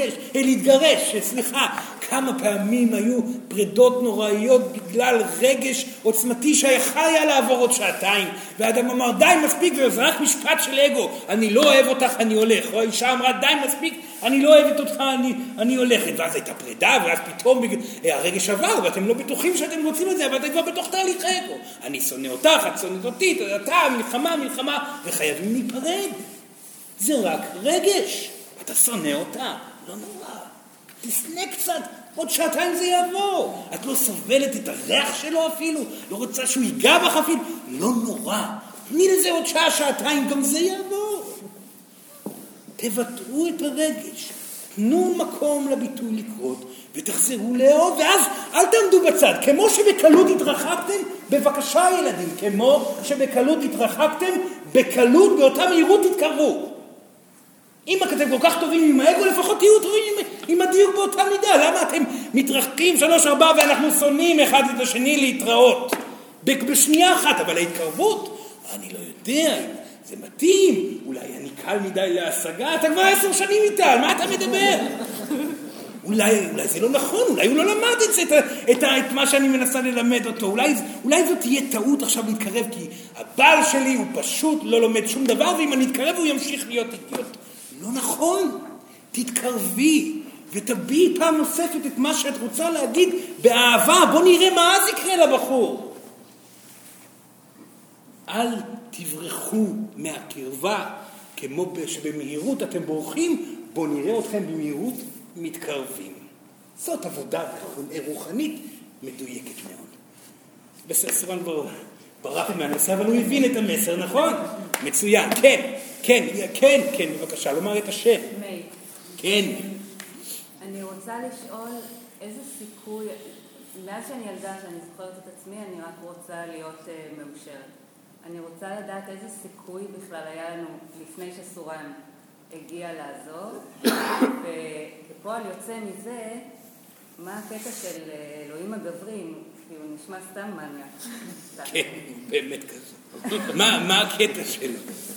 להתגרש. סליחה, כמה פעמים היו פרידות נוראיות בגלל רגש עוצמתי שיכול היה לעבור עוד שעתיים. והאדם אמר, די מספיק, וזה רק משפט של אגו. אני לא אוהב אותך, אני הולך. או האישה אמרה, די מספיק, אני לא אוהבת אותך, אני הולכת. ואז הייתה פרידה, ואז פתאום הרגש עבר, ואתם לא בטוחים שאתם רוצים את זה, אבל אתם כבר בתוך תהליך אגו. אני שונא אותך, את שונאת אותי, אתה, מלחמה, וחייבים להיפרד. זה רק רגש. אתה שונא אותה, לא נורא. תסנה קצת, עוד שעתיים זה יעבור. את לא סובלת את הריח שלו אפילו, לא רוצה שהוא ייגע בך אפילו, לא נורא. תני לזה עוד שעה, שעתיים, גם זה יעבור. תוותרו את הרגש, תנו מקום לביטוי לקרות, ותחזרו לאהוב, ואז אל תעמדו בצד. כמו שבקלות התרחקתם, בבקשה ילדים, כמו שבקלות התרחקתם, בקלות באותה מהירות תתקרבו. אם אתם כל כך טובים עם האגו, לפחות תהיו טובים עם הדיוק באותה מידה. למה אתם מתרחקים 3-4 ואנחנו שונאים אחד את השני להתראות? בשנייה אחת, אבל ההתקרבות, אני לא יודע, זה מתאים, אולי אני קל מדי להשגה, אתה כבר 10 שנים איתה, על מה אתה מדבר? אולי זה לא נכון, אולי הוא לא למד את מה שאני מנסה ללמד אותו, אולי זאת תהיה טעות עכשיו להתקרב, כי הבעל שלי הוא פשוט לא לומד שום דבר, ואם אני אתקרב הוא ימשיך להיות אידיוט. לא נכון, תתקרבי ותביעי פעם נוספת את מה שאת רוצה להגיד באהבה. בוא נראה מה אז יקרה לבחור. אל תברחו מהקרבה כמו שבמהירות אתם בורחים, בוא נראה אתכם במהירות מתקרבים. זאת עבודה רוחנית מדויקת מאוד. בסורן ברח מהנושא, אבל הוא הבין את המסר, נכון? מצוין, כן, בבקשה, לומר את השם. מי. כן. אני רוצה לשאול איזה סיכוי, מאז שאני ילדה, שאני זוכרת את עצמי, אני רק רוצה להיות מאושרת. אני רוצה לדעת איזה סיכוי בכלל היה לנו לפני שסורן הגיע לעזור, וכפועל יוצא מזה, מה הקטע של אלוהים הגברים, כי הוא נשמע סתם מניאק. כן, באמת כזה. מה הקטע שלו?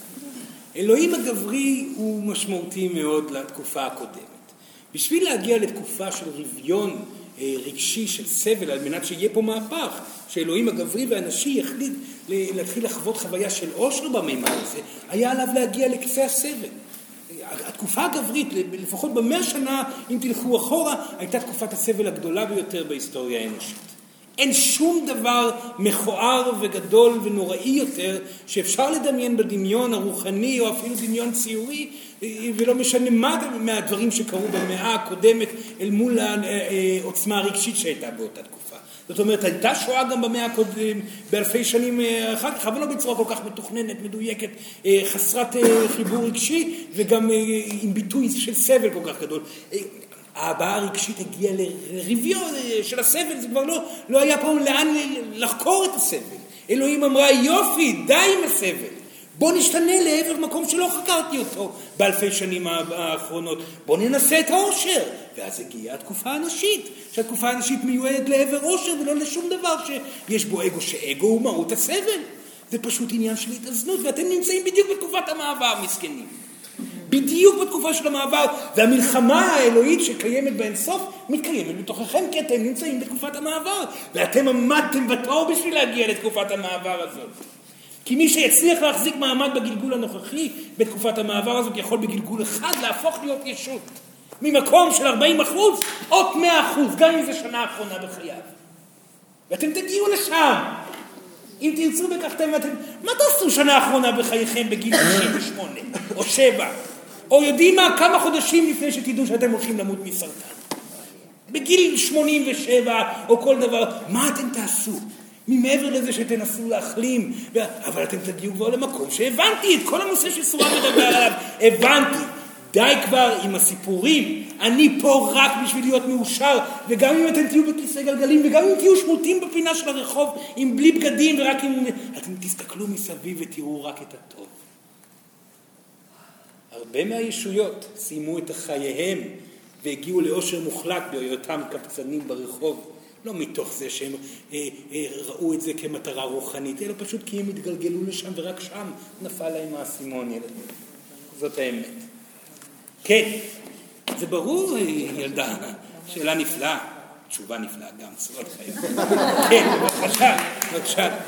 אלוהים הגברי הוא משמעותי מאוד לתקופה הקודמת. בשביל להגיע לתקופה של רביון רגשי של סבל, על מנת שיהיה פה מהפך, שאלוהים הגברי והנשי יחליט להתחיל לחוות חוויה של אושר במימד הזה, היה עליו להגיע לקצה הסבל. התקופה הגברית, לפחות ב100 שנה, אם תלכו אחורה, הייתה תקופת הסבל הגדולה ביותר בהיסטוריה האנושית. אין שום דבר מכוער וגדול ונוראי יותר שאפשר לדמיין בדמיון הרוחני או אפילו דמיון ציורי, ולא משנה מה מהדברים שקרו במאה הקודמת אל מול העוצמה הרגשית שהייתה באותה תקופה. זאת אומרת, הייתה שואה גם במאה הקודמת, באלפי שנים אחר כך, אבל לא בצורה כל כך מתוכננת, מדויקת, חסרת חיבור רגשי, וגם עם ביטוי של סבל כל כך גדול. ההבעה הרגשית הגיעה לרביון של הסבל, זה כבר לא היה פה לאן לחקור את הסבל. אלוהים אמרה, יופי, די עם הסבל. בוא נשתנה לעבר מקום שלא חקרתי אותו באלפי שנים האחרונות. בוא ננסה את האושר. ואז הגיעה התקופה הנשית, שהתקופה הנשית מיועדת לעבר אושר ולא לשום דבר שיש בו אגו, שאגו הוא מהות הסבל. זה פשוט עניין של התאזנות, ואתם נמצאים בדיוק בתקופת המעבר, מסכנים. בדיוק בתקופה של המעבר, והמלחמה האלוהית שקיימת באינסוף מתקיימת בתוככם, כי אתם נמצאים בתקופת המעבר, ואתם עמדתם בתור בשביל להגיע לתקופת המעבר הזאת. כי מי שיצליח להחזיק מעמד בגלגול הנוכחי בתקופת המעבר הזאת יכול בגלגול אחד להפוך להיות ישות. ממקום של 40% עוד 100%, גם אם זה שנה האחרונה בחייו. ואתם תגיעו לשם. אם תרצו בכך, מה תעשו שנה האחרונה בחייכם בגיל 98 או 7? או יודעים מה, כמה חודשים לפני שתדעו שאתם הולכים למות מסרטן? בגיל 87 או כל דבר, מה אתם תעשו? ממעבר לזה שתנסו להחלים, אבל אתם תגיעו כבר למקום שהבנתי את כל הנושא שסורן מדבר עליו, הבנתי. די כבר עם הסיפורים, אני פה רק בשביל להיות מאושר, וגם אם אתם תהיו בכיסא גלגלים, וגם אם תהיו שמוטים בפינה של הרחוב, עם בלי בגדים, ורק אם אתם תסתכלו מסביב ותראו רק את הטוב. הרבה מהישויות סיימו את חייהם, והגיעו לאושר מוחלט בהיותם קבצנים ברחוב, לא מתוך זה שהם ראו את זה כמטרה רוחנית, אלא פשוט כי הם התגלגלו לשם, ורק שם נפל להם האסימון, ילדים. זאת האמת. כן, זה ברור, ילדה. שאלה נפלאה. תשובה נפלאה גם, צורת חיים. כן, בבקשה.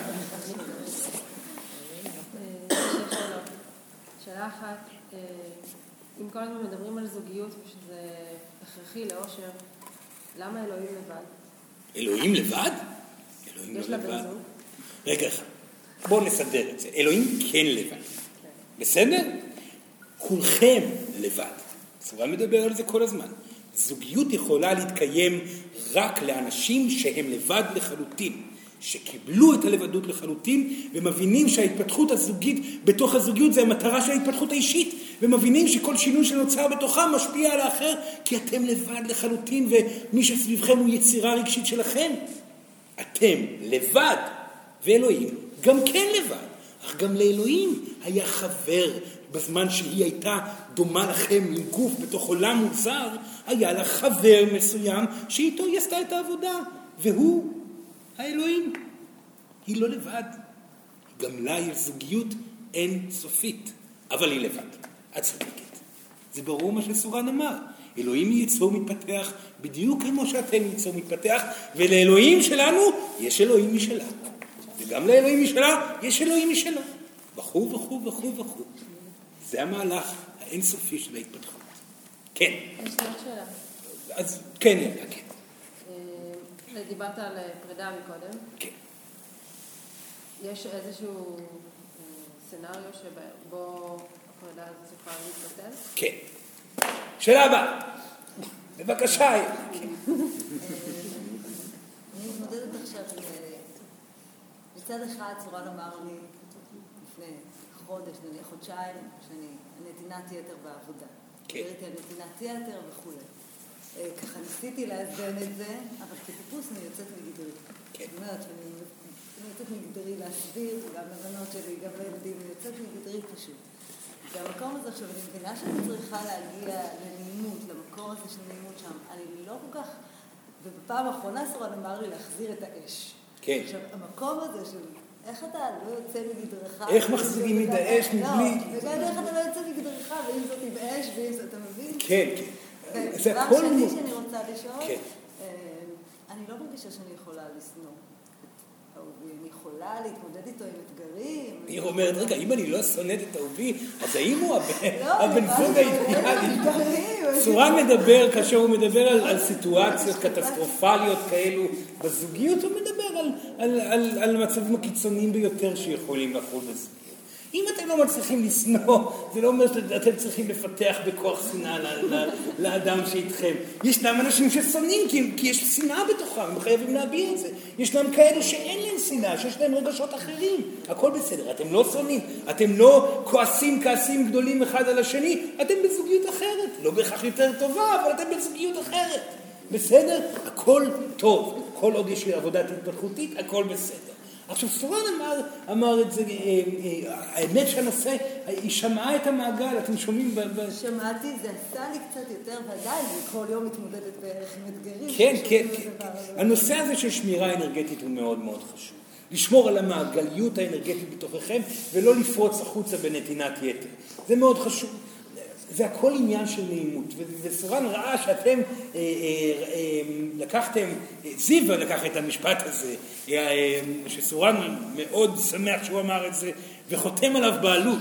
שאלה אחת, אם כל הזמן מדברים על זוגיות ושזה הכרחי לאושר, למה אלוהים לבד? אלוהים לבד? יש לה בן זוג? רגע אחד, בואו נסדר את זה. אלוהים כן לבד. בסדר? כולכם לבד. סורן מדבר על זה כל הזמן. זוגיות יכולה להתקיים רק לאנשים שהם לבד לחלוטין, שקיבלו את הלבדות לחלוטין, ומבינים שההתפתחות הזוגית בתוך הזוגיות זה המטרה של ההתפתחות האישית, ומבינים שכל שינוי שנוצר בתוכם משפיע על האחר, כי אתם לבד לחלוטין, ומי שסביבכם הוא יצירה רגשית שלכם. אתם לבד, ואלוהים גם כן לבד. אך גם לאלוהים היה חבר, בזמן שהיא הייתה דומה לכם עם גוף בתוך עולם מוזר, היה לה חבר מסוים שאיתו היא עשתה את העבודה, והוא האלוהים. היא לא לבד. גם לה יש זוגיות אין סופית, אבל היא לבד. את צודקת. זה ברור מה שסורן אמר. אלוהים יצור מתפתח בדיוק כמו שאתם יצור מתפתח, ולאלוהים שלנו יש אלוהים משלה. וגם לאלוהים משלה יש אלוהים משלה. וכו'. זה המהלך האינסופי של ההתפתחות. כן. יש לי עוד שאלה. אז כן, כן. דיברת על פרידה מקודם. כן. יש איזשהו סנריו שבו הפרידה הזאת יכולה להתבטל? כן. שאלה הבאה. בבקשה. אני מתמודדת עכשיו מצד אחד סורן אמר לי לפני חודש, נניח חודשיים, שאני נתינת יתר בעבודה. דיברתי על נתינת יתר וכו'. ככה ניסיתי לאזן את זה, אבל כטיפוס אני יוצאת מגדרי. זאת אומרת שאני יוצאת מגדרי להסביר, גם לבנות שלי, גם לילדים, אני יוצאת מגדרי פשוט. והמקום הזה עכשיו, אני מבינה שאני צריכה להגיע לנעימות, למקום הזה של נעימות שם. אני לא כל כך, ובפעם האחרונה סורן אמר לי להחזיר את האש. כן. עכשיו, המקום הזה של איך אתה לא יוצא מגדרך... איך מחזירים את האש מבלי... לא, וגם איך אתה לא יוצא מגדרך, ואם זאת עם אש, ואם זאת, אתה מבין? כן, כן. דבר שני שאני רוצה לשאול, אני לא מרגישה שאני יכולה לשנוא. אני יכולה להתמודד איתו עם אתגרים. היא אומרת, רגע, אם אני לא שונאת את אהובי, אז האם הוא הבן זוג האידיאלי? סורן מדבר, כאשר הוא מדבר על סיטואציות קטסטרופליות כאלו בזוגיות, הוא מדבר על מצבים הקיצוניים ביותר שיכולים לחול בזוגיות. אם אתם לא מצליחים לשנוא, זה לא אומר שאתם צריכים לפתח בכוח שנאה לאדם שאיתכם. ישנם אנשים ששונאים כי יש שנאה בתוכם, הם חייבים להביע את זה. ישנם כאלו שאין להם שנאה, שיש להם רגשות אחרים. הכל בסדר, אתם לא שונאים, אתם לא כעסים גדולים אחד על השני, אתם בזוגיות אחרת. לא בהכרח יותר טובה, אבל אתם בזוגיות אחרת. בסדר? הכל טוב. כל עוד יש עבודת התפתחותית, הכל בסדר. עכשיו, סורן אמר את זה, האמת שהנושא, היא שמעה את המעגל, אתם שומעים? שמעתי, זה עשה לי קצת יותר, ועדיין, אני כל יום מתמודדת בערך עם אתגרים. כן, כן, כן. הנושא הזה של שמירה אנרגטית הוא מאוד מאוד חשוב. לשמור על המעגליות האנרגטית בתוככם, ולא לפרוץ החוצה בנתינת יתר. זה מאוד חשוב. זה הכל עניין של נעימות, וסורן ראה שאתם לקחתם, זיווה לקח את המשפט הזה, שסורן מאוד שמח שהוא אמר את זה, וחותם עליו בעלות,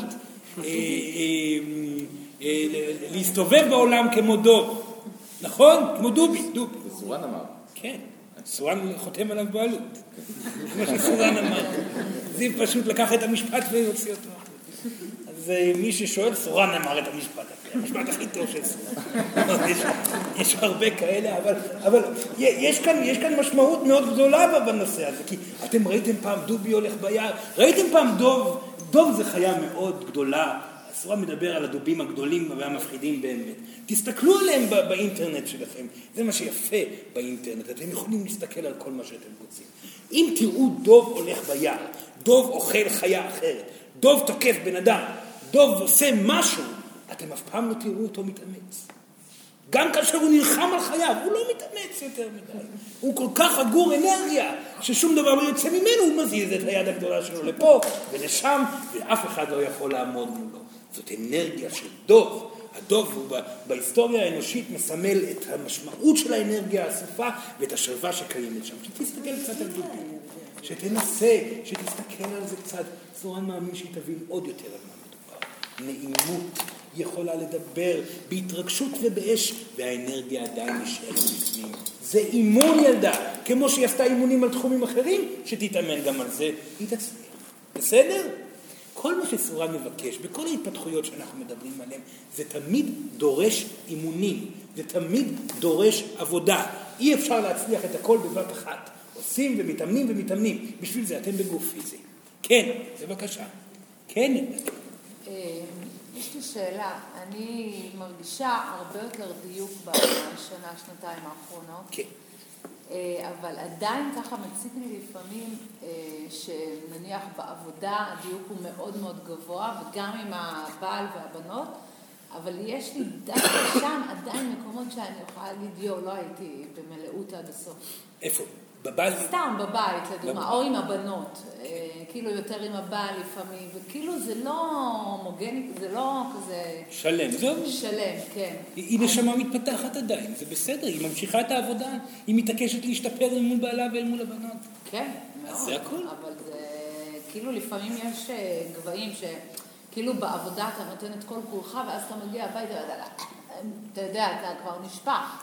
להסתובב בעולם כמו דוב, נכון? כמו דובי. סורן אמר. כן, סורן חותם עליו בעלות, כמו שסורן אמר. זיו פשוט לקח את המשפט והוציא אותו. אז מי ששואל, סורן אמר את המשפט הזה, המשפט הכי טוב של סורן. יש הרבה כאלה, אבל יש כאן משמעות מאוד גדולה בנושא הזה, כי אתם ראיתם פעם דובי הולך ביער, ראיתם פעם דוב, דוב זה חיה מאוד גדולה, סורן מדבר על הדובים הגדולים והמפחידים באמת. תסתכלו עליהם באינטרנט שלכם, זה מה שיפה באינטרנט, אתם יכולים להסתכל על כל מה שאתם רוצים. אם תראו דוב הולך ביער, דוב אוכל חיה אחרת, דוב תוקף בן אדם, דוב עושה משהו, אתם אף פעם לא תראו אותו מתאמץ. גם כאשר הוא נלחם על חייו, הוא לא מתאמץ יותר מדי. הוא כל כך אגור אנרגיה, ששום דבר לא יוצא ממנו, הוא מזיז את היד הגדולה שלו לפה ולשם, ואף אחד לא יכול לעמוד מולו. זאת אנרגיה של דוב. הדוב הוא בהיסטוריה האנושית מסמל את המשמעות של האנרגיה האסופה ואת השלווה שקיימת שם. שתסתכל קצת על דובי. שתנסה, שתסתכל על זה קצת. סורן מאמין שהיא תבין עוד יותר על מה מדובר. נעימות יכולה לדבר בהתרגשות ובאש, והאנרגיה עדיין נשארת בפנים. זה אימון ילדה. כמו שהיא עשתה אימונים על תחומים אחרים, שתתאמן גם על זה, היא תצליח. בסדר? כל מה שסורן מבקש, בכל ההתפתחויות שאנחנו מדברים עליהן, זה תמיד דורש אימונים. זה תמיד דורש עבודה. אי אפשר להצליח את הכל בבת אחת. עושים ומתאמנים. בשביל זה אתם בגוף פיזי. כן, בבקשה. כן. יש לי שאלה. אני מרגישה הרבה יותר דיוק בשנה, שנתיים האחרונות. כן. אבל עדיין ככה מציק לי לפעמים שנניח בעבודה הדיוק הוא מאוד מאוד גבוה, וגם עם הבעל והבנות, אבל יש לי דווקא שם עדיין מקומות שאני יכולה להגיד, לא הייתי במלאות עד הסוף. איפה? בבית? סתם בבית, לדוגמה, או עם הבנות, כאילו יותר עם הבעל לפעמים, וכאילו זה לא הומוגני, זה לא כזה... שלם, זהו? שלם, כן. היא נשמה מתפתחת עדיין, זה בסדר, היא ממשיכה את העבודה, היא מתעקשת להשתפר אל מול בעלה ואל מול הבנות. כן, מאוד. זה הכל. אבל זה, כאילו לפעמים יש גבהים שכאילו בעבודה אתה נותן את כל כולך, ואז אתה מגיע הביתה, אתה יודע, אתה כבר נשפך.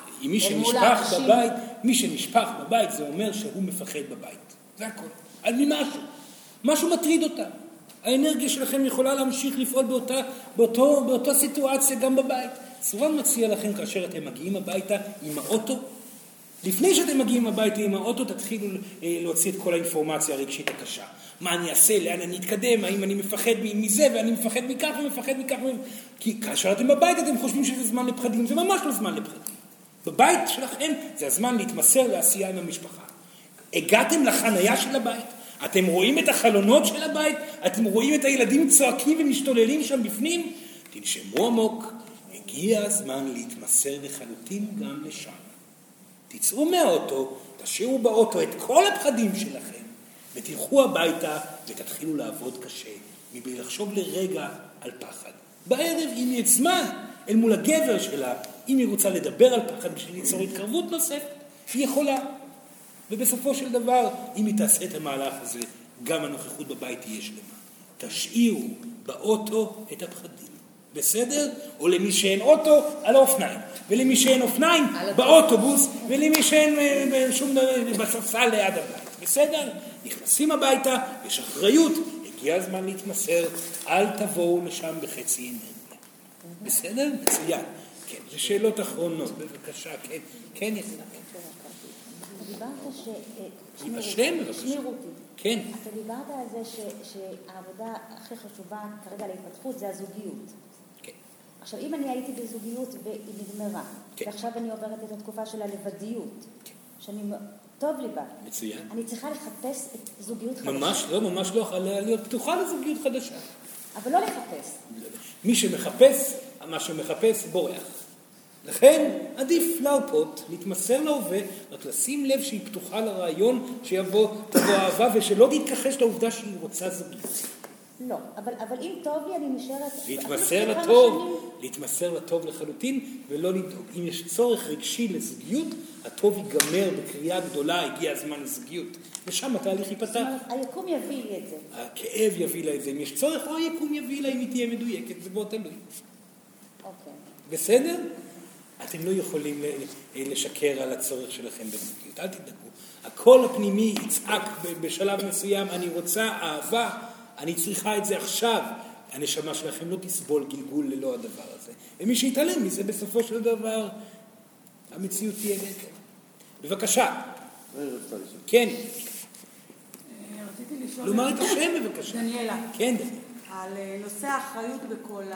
מי שנשפך בבית זה אומר שהוא מפחד בבית. זה הכל. על ממשהו. משהו מטריד אותה. האנרגיה שלכם יכולה להמשיך לפעול באותה סיטואציה גם בבית. סורן מציע לכם כאשר אתם מגיעים הביתה עם האוטו, לפני שאתם מגיעים הביתה עם האוטו, תתחילו להוציא את כל האינפורמציה הרגשית הקשה. מה אני אעשה, לאן אני אתקדם, האם אני מפחד מזה, ואני מפחד מכך ומפחד מכך. כי כאשר אתם בבית, אתם חושבים שזה זמן לפחדים, זה ממש לא זמן לפחדים. בבית שלכם זה הזמן להתמסר לעשייה עם המשפחה. הגעתם לחנייה של הבית, אתם רואים את החלונות של הבית, אתם רואים את הילדים צועקים ומשתוללים שם בפנים, תנשמו עמוק, הגיע הזמן להתמסר לחלוטין גם לשם. תצאו מהאוטו, תשאירו באוטו את כל הפחדים שלכם, ותלכו הביתה ותתחילו לעבוד קשה, מבלי לחשוב לרגע על פחד. בערב, אם יש זמן, אל מול הגבר שלה, אם היא רוצה לדבר על פחד בשביל ליצור התקרבות נוספת, היא יכולה. ובסופו של דבר, אם היא תעשה את המהלך הזה, גם הנוכחות בבית תהיה שלמה. תשאירו באוטו את הפחדים. בסדר? או למי שאין אוטו, על האופניים. ולמי שאין אופניים, באוטובוס, ולמי שאין שום בספסל ליד הבית. בסדר? נכנסים הביתה, יש אחריות, הגיע הזמן להתמסר, אל תבואו לשם בחצי אנרגיה. בסדר? מצוין. כן, זה שאלות אחרונות, בבקשה, כן, כן, יצא. דיברת שמיר אותי. כן. אתה דיברת על זה שהעבודה הכי חשובה כרגע להתפתחות זה הזוגיות. כן. עכשיו, אם אני הייתי בזוגיות והיא נגמרה, כן. ועכשיו אני עוברת את התקופה של הלבדיות, שאני טוב לי בה. מצוין. אני צריכה לחפש את זוגיות חדשה. ממש לא יכולה להיות פתוחה לזוגיות חדשה. אבל לא לחפש. מי שמחפש, מה שמחפש בורח. לכן עדיף להרפות, להתמסר להווה, רק לשים לב שהיא פתוחה לרעיון תבוא אהבה ושלא תתכחש לעובדה שהיא רוצה זוגיות. לא, אבל אם טוב לי אני נשארת... להתמסר לטוב לחלוטין ולא לדאוג. אם יש צורך רגשי לזוגיות, הטוב ייגמר בקריאה גדולה, הגיע הזמן לזוגיות. ושם התהליך ייפתח. זאת אומרת, היקום יביא לי את זה. הכאב יביא לה את זה. אם יש צורך, או היקום יביא לה אם היא תהיה מדויקת. זה בוא תלוי. אוקיי. בסדר? אתם לא יכולים לשקר על הצורך שלכם בזוגיות. אל תדאגו. הקול הפנימי יצעק בשלב מסוים, אני רוצה אהבה, אני צריכה את זה עכשיו. הנשמה שלכם לא תסבול גלגול ללא הדבר הזה. ומי שיתעלם מזה בסופו של דבר, המציאות תהיה נקר. בבקשה. כן. רציתי לשאול... לומר את השם בבקשה. דניאלה. כן, דניאלה. על נושא האחריות בכל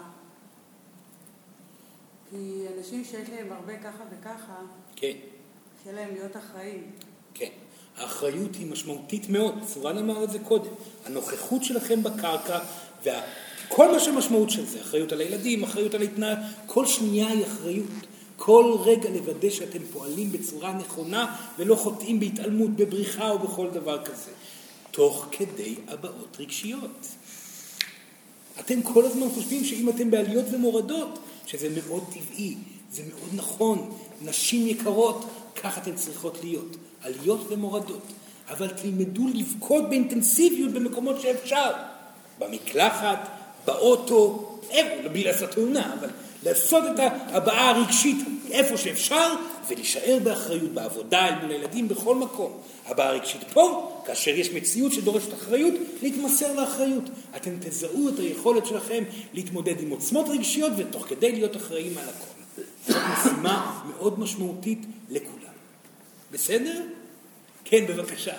כי אנשים שיש להם הרבה ככה וככה, כן. שיהיה להם להיות אחראים. כן. האחריות היא משמעותית מאוד, סורן אמר את זה קודם. הנוכחות שלכם בקרקע, וכל מה שמשמעות של זה, אחריות על הילדים, אחריות על ההתנהל, כל שנייה היא אחריות. כל רגע לוודא שאתם פועלים בצורה נכונה, ולא חוטאים בהתעלמות, בבריחה או בכל דבר כזה. תוך כדי הבעות רגשיות. אתם כל הזמן חושבים שאם אתם בעליות ומורדות, שזה מאוד טבעי, זה מאוד נכון, נשים יקרות, כך אתן צריכות להיות, עליות ומורדות. אבל תלמדו לבכות באינטנסיביות במקומות שאפשר. במקלחת, באוטו, בלי לעשות תאונה, אבל לעשות את הבעה הרגשית איפה שאפשר, ולהישאר באחריות, בעבודה, אל מול הילדים, בכל מקום. הבעה הרגשית פה, כאשר יש מציאות שדורשת אחריות, להתמסר לאחריות. אתם תזהו את היכולת שלכם להתמודד עם עוצמות רגשיות, ותוך כדי להיות אחראים על הכל. זאת משימה מאוד משמעותית לכולם. בסדר? כן, בבקשה.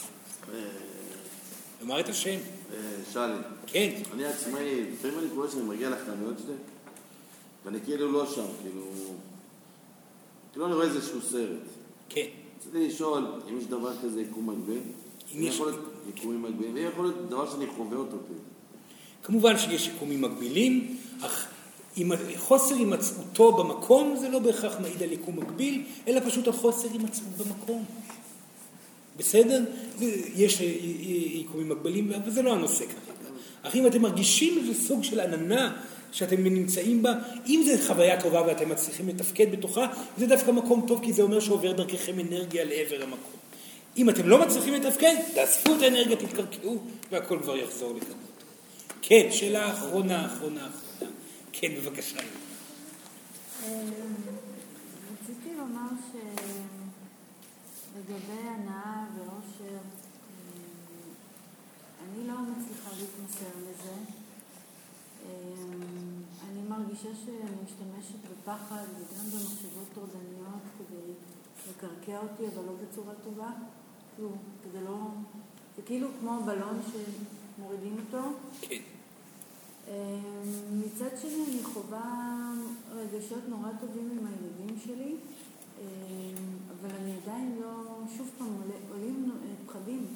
אמר את השם. שאלי. כן. אני עצמאי, לפעמים אני קורא שאני מגיע לחנויות שלי, ואני כאילו לא שם, כאילו אני רואה איזשהו סרט. כן. רציתי לשאול אם יש דבר כזה יקום מקביל. אם יש יקומים מקבילים, ואם יכול להיות דבר שאני חווה אותו. כמובן שיש יקומים מקבילים, אך חוסר הימצאותו במקום זה לא בהכרח מעיד על יקום מקביל, אלא פשוט על חוסר הימצאות במקום. בסדר? יש יקומים מקבילים, אבל זה לא הנושא כרגע. אך אם אתם מרגישים איזה סוג של עננה שאתם נמצאים בה, אם זה חוויה טובה ואתם מצליחים לתפקד בתוכה, זה דווקא מקום טוב, כי זה אומר שעובר דרככם אנרגיה לעבר המקום. אם אתם לא מצליחים לתפקד, תאספו את האנרגיה, תתקרקעו, והכל כבר יחזור לקדמות. כן, שאלה אחרונה. כן, בבקשה. רציתי לומר שלגבי הנאה ואושר, אני לא מצליחה להתמסר לזה. אני מרגישה שאני משתמשת בפחד וגם במחשבות טורדניות כדי לקרקע אותי, אבל לא בצורה טובה. כאילו, זה לא... זה כאילו כמו בלון שמורידים אותו. כן. מצד שני אני חווה רגשות נורא טובים עם הילדים שלי, אבל אני עדיין לא, שוב פעם, עולים פחדים.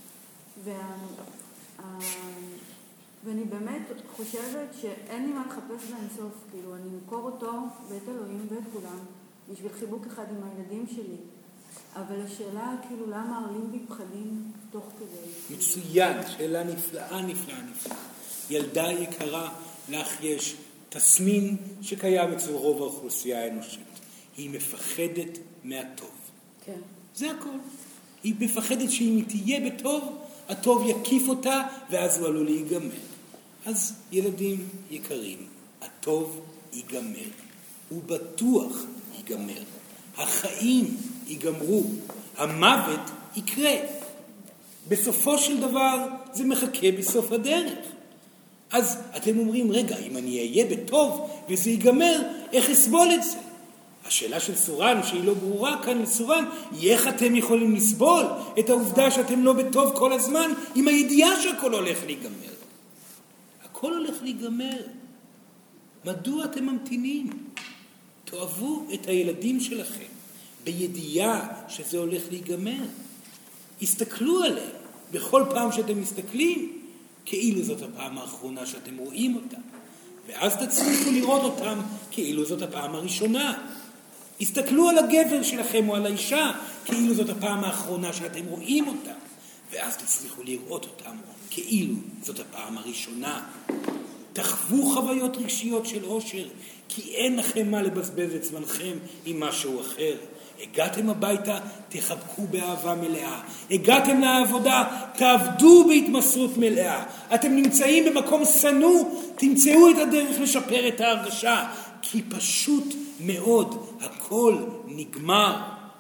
ואני באמת חושבת שאין לי מה לחפש באינסוף, כאילו אני אמכור אותו ואת אלוהים ואת כולם בשביל חיבוק אחד עם הילדים שלי. אבל השאלה כאילו למה עולים בי פחדים תוך כדי. מצוין, שאלה נפלאה. ילדה יקרה, לך יש תסמין שקיים אצל רוב האוכלוסייה האנושית. היא מפחדת מהטוב. כן. זה הכל. היא מפחדת שאם היא תהיה בטוב, הטוב יקיף אותה, ואז הוא עלול להיגמר. אז ילדים יקרים, הטוב ייגמר. הוא בטוח ייגמר. החיים ייגמרו. המוות יקרה. בסופו של דבר זה מחכה בסוף הדרך. אז אתם אומרים, רגע, אם אני אהיה בטוב וזה ייגמר, איך אסבול את זה? השאלה של סורן, שהיא לא ברורה כאן לסורן, היא איך אתם יכולים לסבול את העובדה שאתם לא בטוב כל הזמן, עם הידיעה שהכל הולך להיגמר. הכל הולך להיגמר. מדוע אתם ממתינים? תאהבו את הילדים שלכם, בידיעה שזה הולך להיגמר. הסתכלו עליהם, בכל פעם שאתם מסתכלים, כאילו זאת הפעם האחרונה שאתם רואים אותם. ואז תצליחו לראות אותם כאילו זאת הפעם הראשונה. הסתכלו על הגבר שלכם או על האישה כאילו זאת הפעם האחרונה שאתם רואים אותם. ואז תצליחו לראות אותם כאילו זאת הפעם הראשונה. תחוו חוויות רגשיות של אושר, כי אין לכם מה לבזבז את זמנכם עם משהו אחר. הגעתם הביתה, תחבקו באהבה מלאה. הגעתם לעבודה, תעבדו בהתמסרות מלאה. אתם נמצאים במקום סנוע, תמצאו את הדרך לשפר את ההרגשה, כי פשוט מאוד הכל נגמר.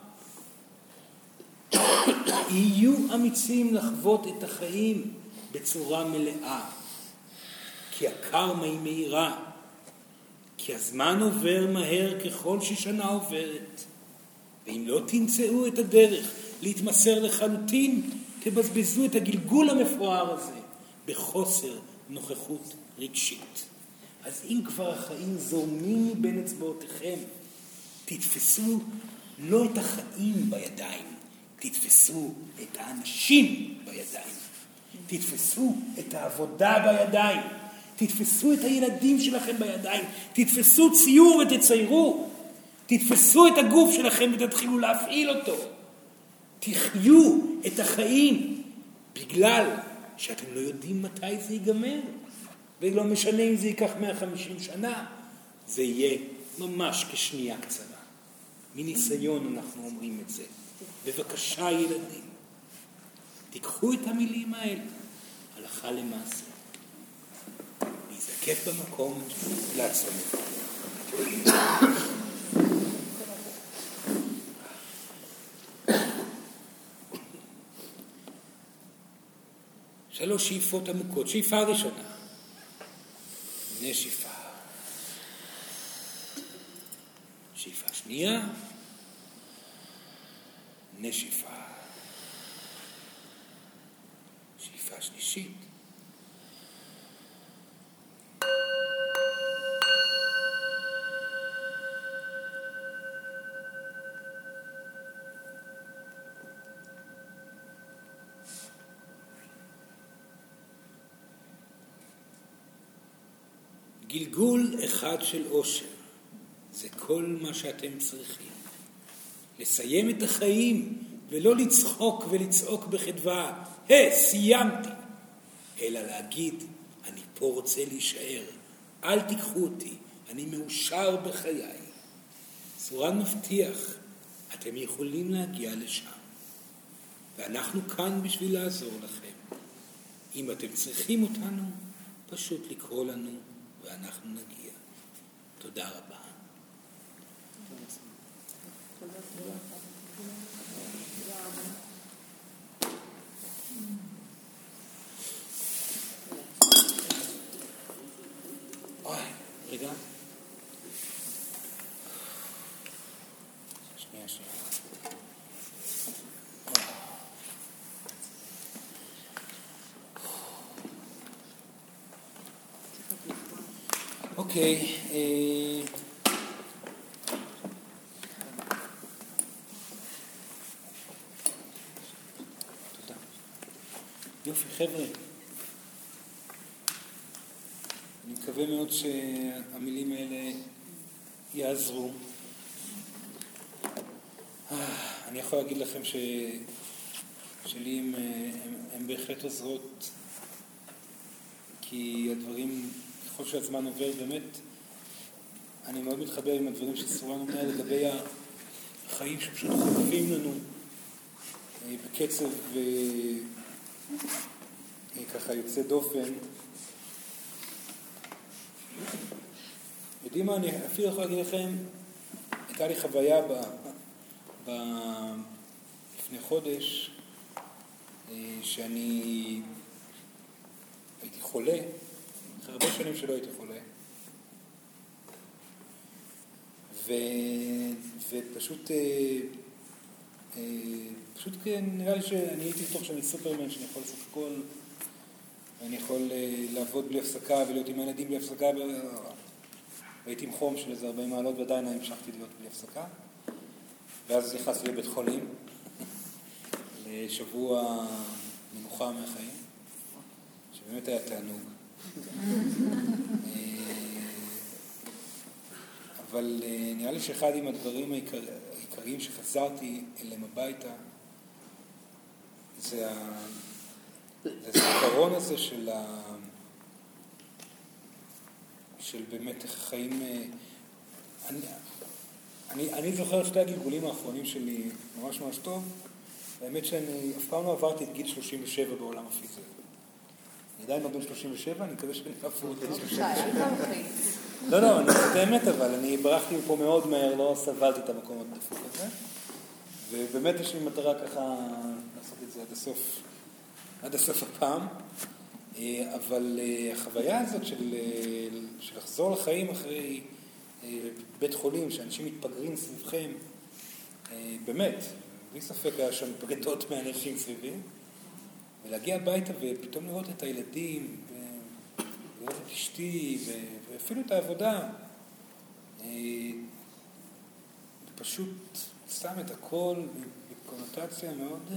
יהיו אמיצים לחוות את החיים בצורה מלאה, כי הקרמה היא מהירה, כי הזמן עובר מהר ככל ששנה עוברת. ואם לא תמצאו את הדרך להתמסר לחלוטין, תבזבזו את הגלגול המפואר הזה בחוסר נוכחות רגשית. אז אם כבר החיים זורמים בין אצבעותיכם, תתפסו לא את החיים בידיים, תתפסו את האנשים בידיים. תתפסו את העבודה בידיים. תתפסו את הילדים שלכם בידיים. תתפסו ציור ותציירו. תתפסו את הגוף שלכם ותתחילו להפעיל אותו. תחיו את החיים, בגלל שאתם לא יודעים מתי זה ייגמר. ולא משנה אם זה ייקח 150 שנה, זה יהיה ממש כשנייה קצרה. מניסיון אנחנו אומרים את זה. בבקשה ילדים, תיקחו את המילים האלה, הלכה למעשה. להזדקף במקום, לעצום את זה. שלוש שאיפות עמוקות. שאיפה ראשונה, נשיפה. שאיפה שנייה, נשיפה. שאיפה שלישית. גלגול אחד של אושר, זה כל מה שאתם צריכים. לסיים את החיים ולא לצחוק ולצעוק בחדווה, סיימתי. אלא להגיד, אני פה רוצה להישאר, אל תיקחו אותי, אני מאושר בחיי. סורן מבטיח, אתם יכולים להגיע לשם. ואנחנו כאן בשביל לעזור לכם. אם אתם צריכים אותנו, פשוט לקרוא לנו ואנחנו נגיע. תודה רבה. רגע. שנייה. אוקיי, תודה. יופי, חבר'ה. אני מקווה מאוד שהמילים האלה יעזרו. אני יכול להגיד לכם שלי הם בהחלט עוזרות, כי הדברים, ככל שהזמן עובר, באמת, אני מאוד מתחבר עם הדברים שסורן אומר לגבי החיים שפשוט חופפים לנו בקצב ככה יוצא דופן. יודעים מה, אני אפילו יכול להגיד לכם, הייתה לי חוויה לפני חודש, שאני הייתי חולה, אחרי הרבה שנים שלא הייתי חולה, ופשוט נראה לי שאני הייתי בטוח שאני סופרמן, שאני יכול לעשות הכל, ואני יכול לעבוד בלי הפסקה ולהיות עם הילדים בלי הפסקה, והייתי עם חום של איזה 40 מעלות, ועדיין המשכתי להיות בלי הפסקה. ואז נכנסתי לבית חולים, לשבוע מנוחה מהחיים, שבאמת היה תענוג. אבל נראה לי שאחד עם הדברים העיקריים שחזרתי אליהם הביתה, זה הזיכרון הזה של באמת החיים. אני זוכר שתי הגלגולים האחרונים שלי ממש ממש טוב. האמת שאני אף פעם לא עברתי את גיל 37 בעולם הפיזי. אני עדיין לא בן 37, אני מקווה שאני אעבור את גיל 37. לא, אני חושב האמת, אבל אני ברחתי פה מאוד מהר, לא סבלתי את המקום הדפוק הזה. ובאמת יש לי מטרה ככה לעשות את זה עד הסוף הפעם. אבל החוויה הזאת של לחזור לחיים אחרי בית חולים, שאנשים מתפגרים סביבכם, באמת, בלי ספק היה שם פגדות מאנשים סביבי, ולהגיע הביתה ופתאום לראות את הילדים, ולראות את אשתי, ואפילו את העבודה, פשוט שם את הכל בקונוטציה מאוד,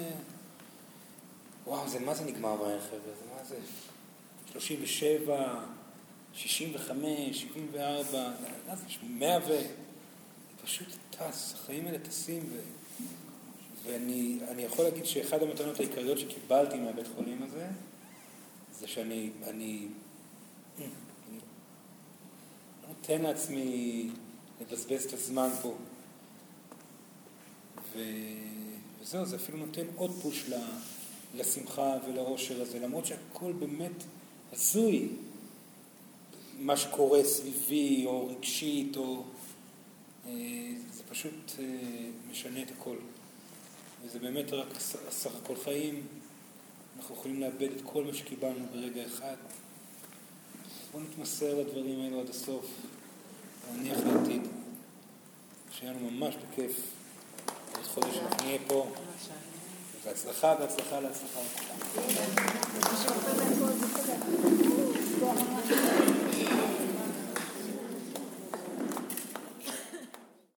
וואו, מה זה נגמר מהר, חבר'ה? מה זה? 37, 65, 74, 100 פשוט טס, החיים האלה טסים, ואני יכול להגיד שאחד המתנות העיקריות שקיבלתי מהבית חולים הזה, זה שאני לא נותן לעצמי לבזבז את הזמן פה. וזהו, זה אפילו נותן עוד פוש לשמחה ולאושר הזה, למרות שהכל באמת הזוי. מה שקורה סביבי או רגשית, זה פשוט משנה את הכל. וזה באמת רק סך הכל חיים. אנחנו יכולים לאבד את כל מה שקיבלנו ברגע אחד. בואו נתמסר לדברים האלו עד הסוף. ונניח לעתיד. שיהיה לנו ממש בכיף. עוד חודש אנחנו נהיה פה. בהצלחה.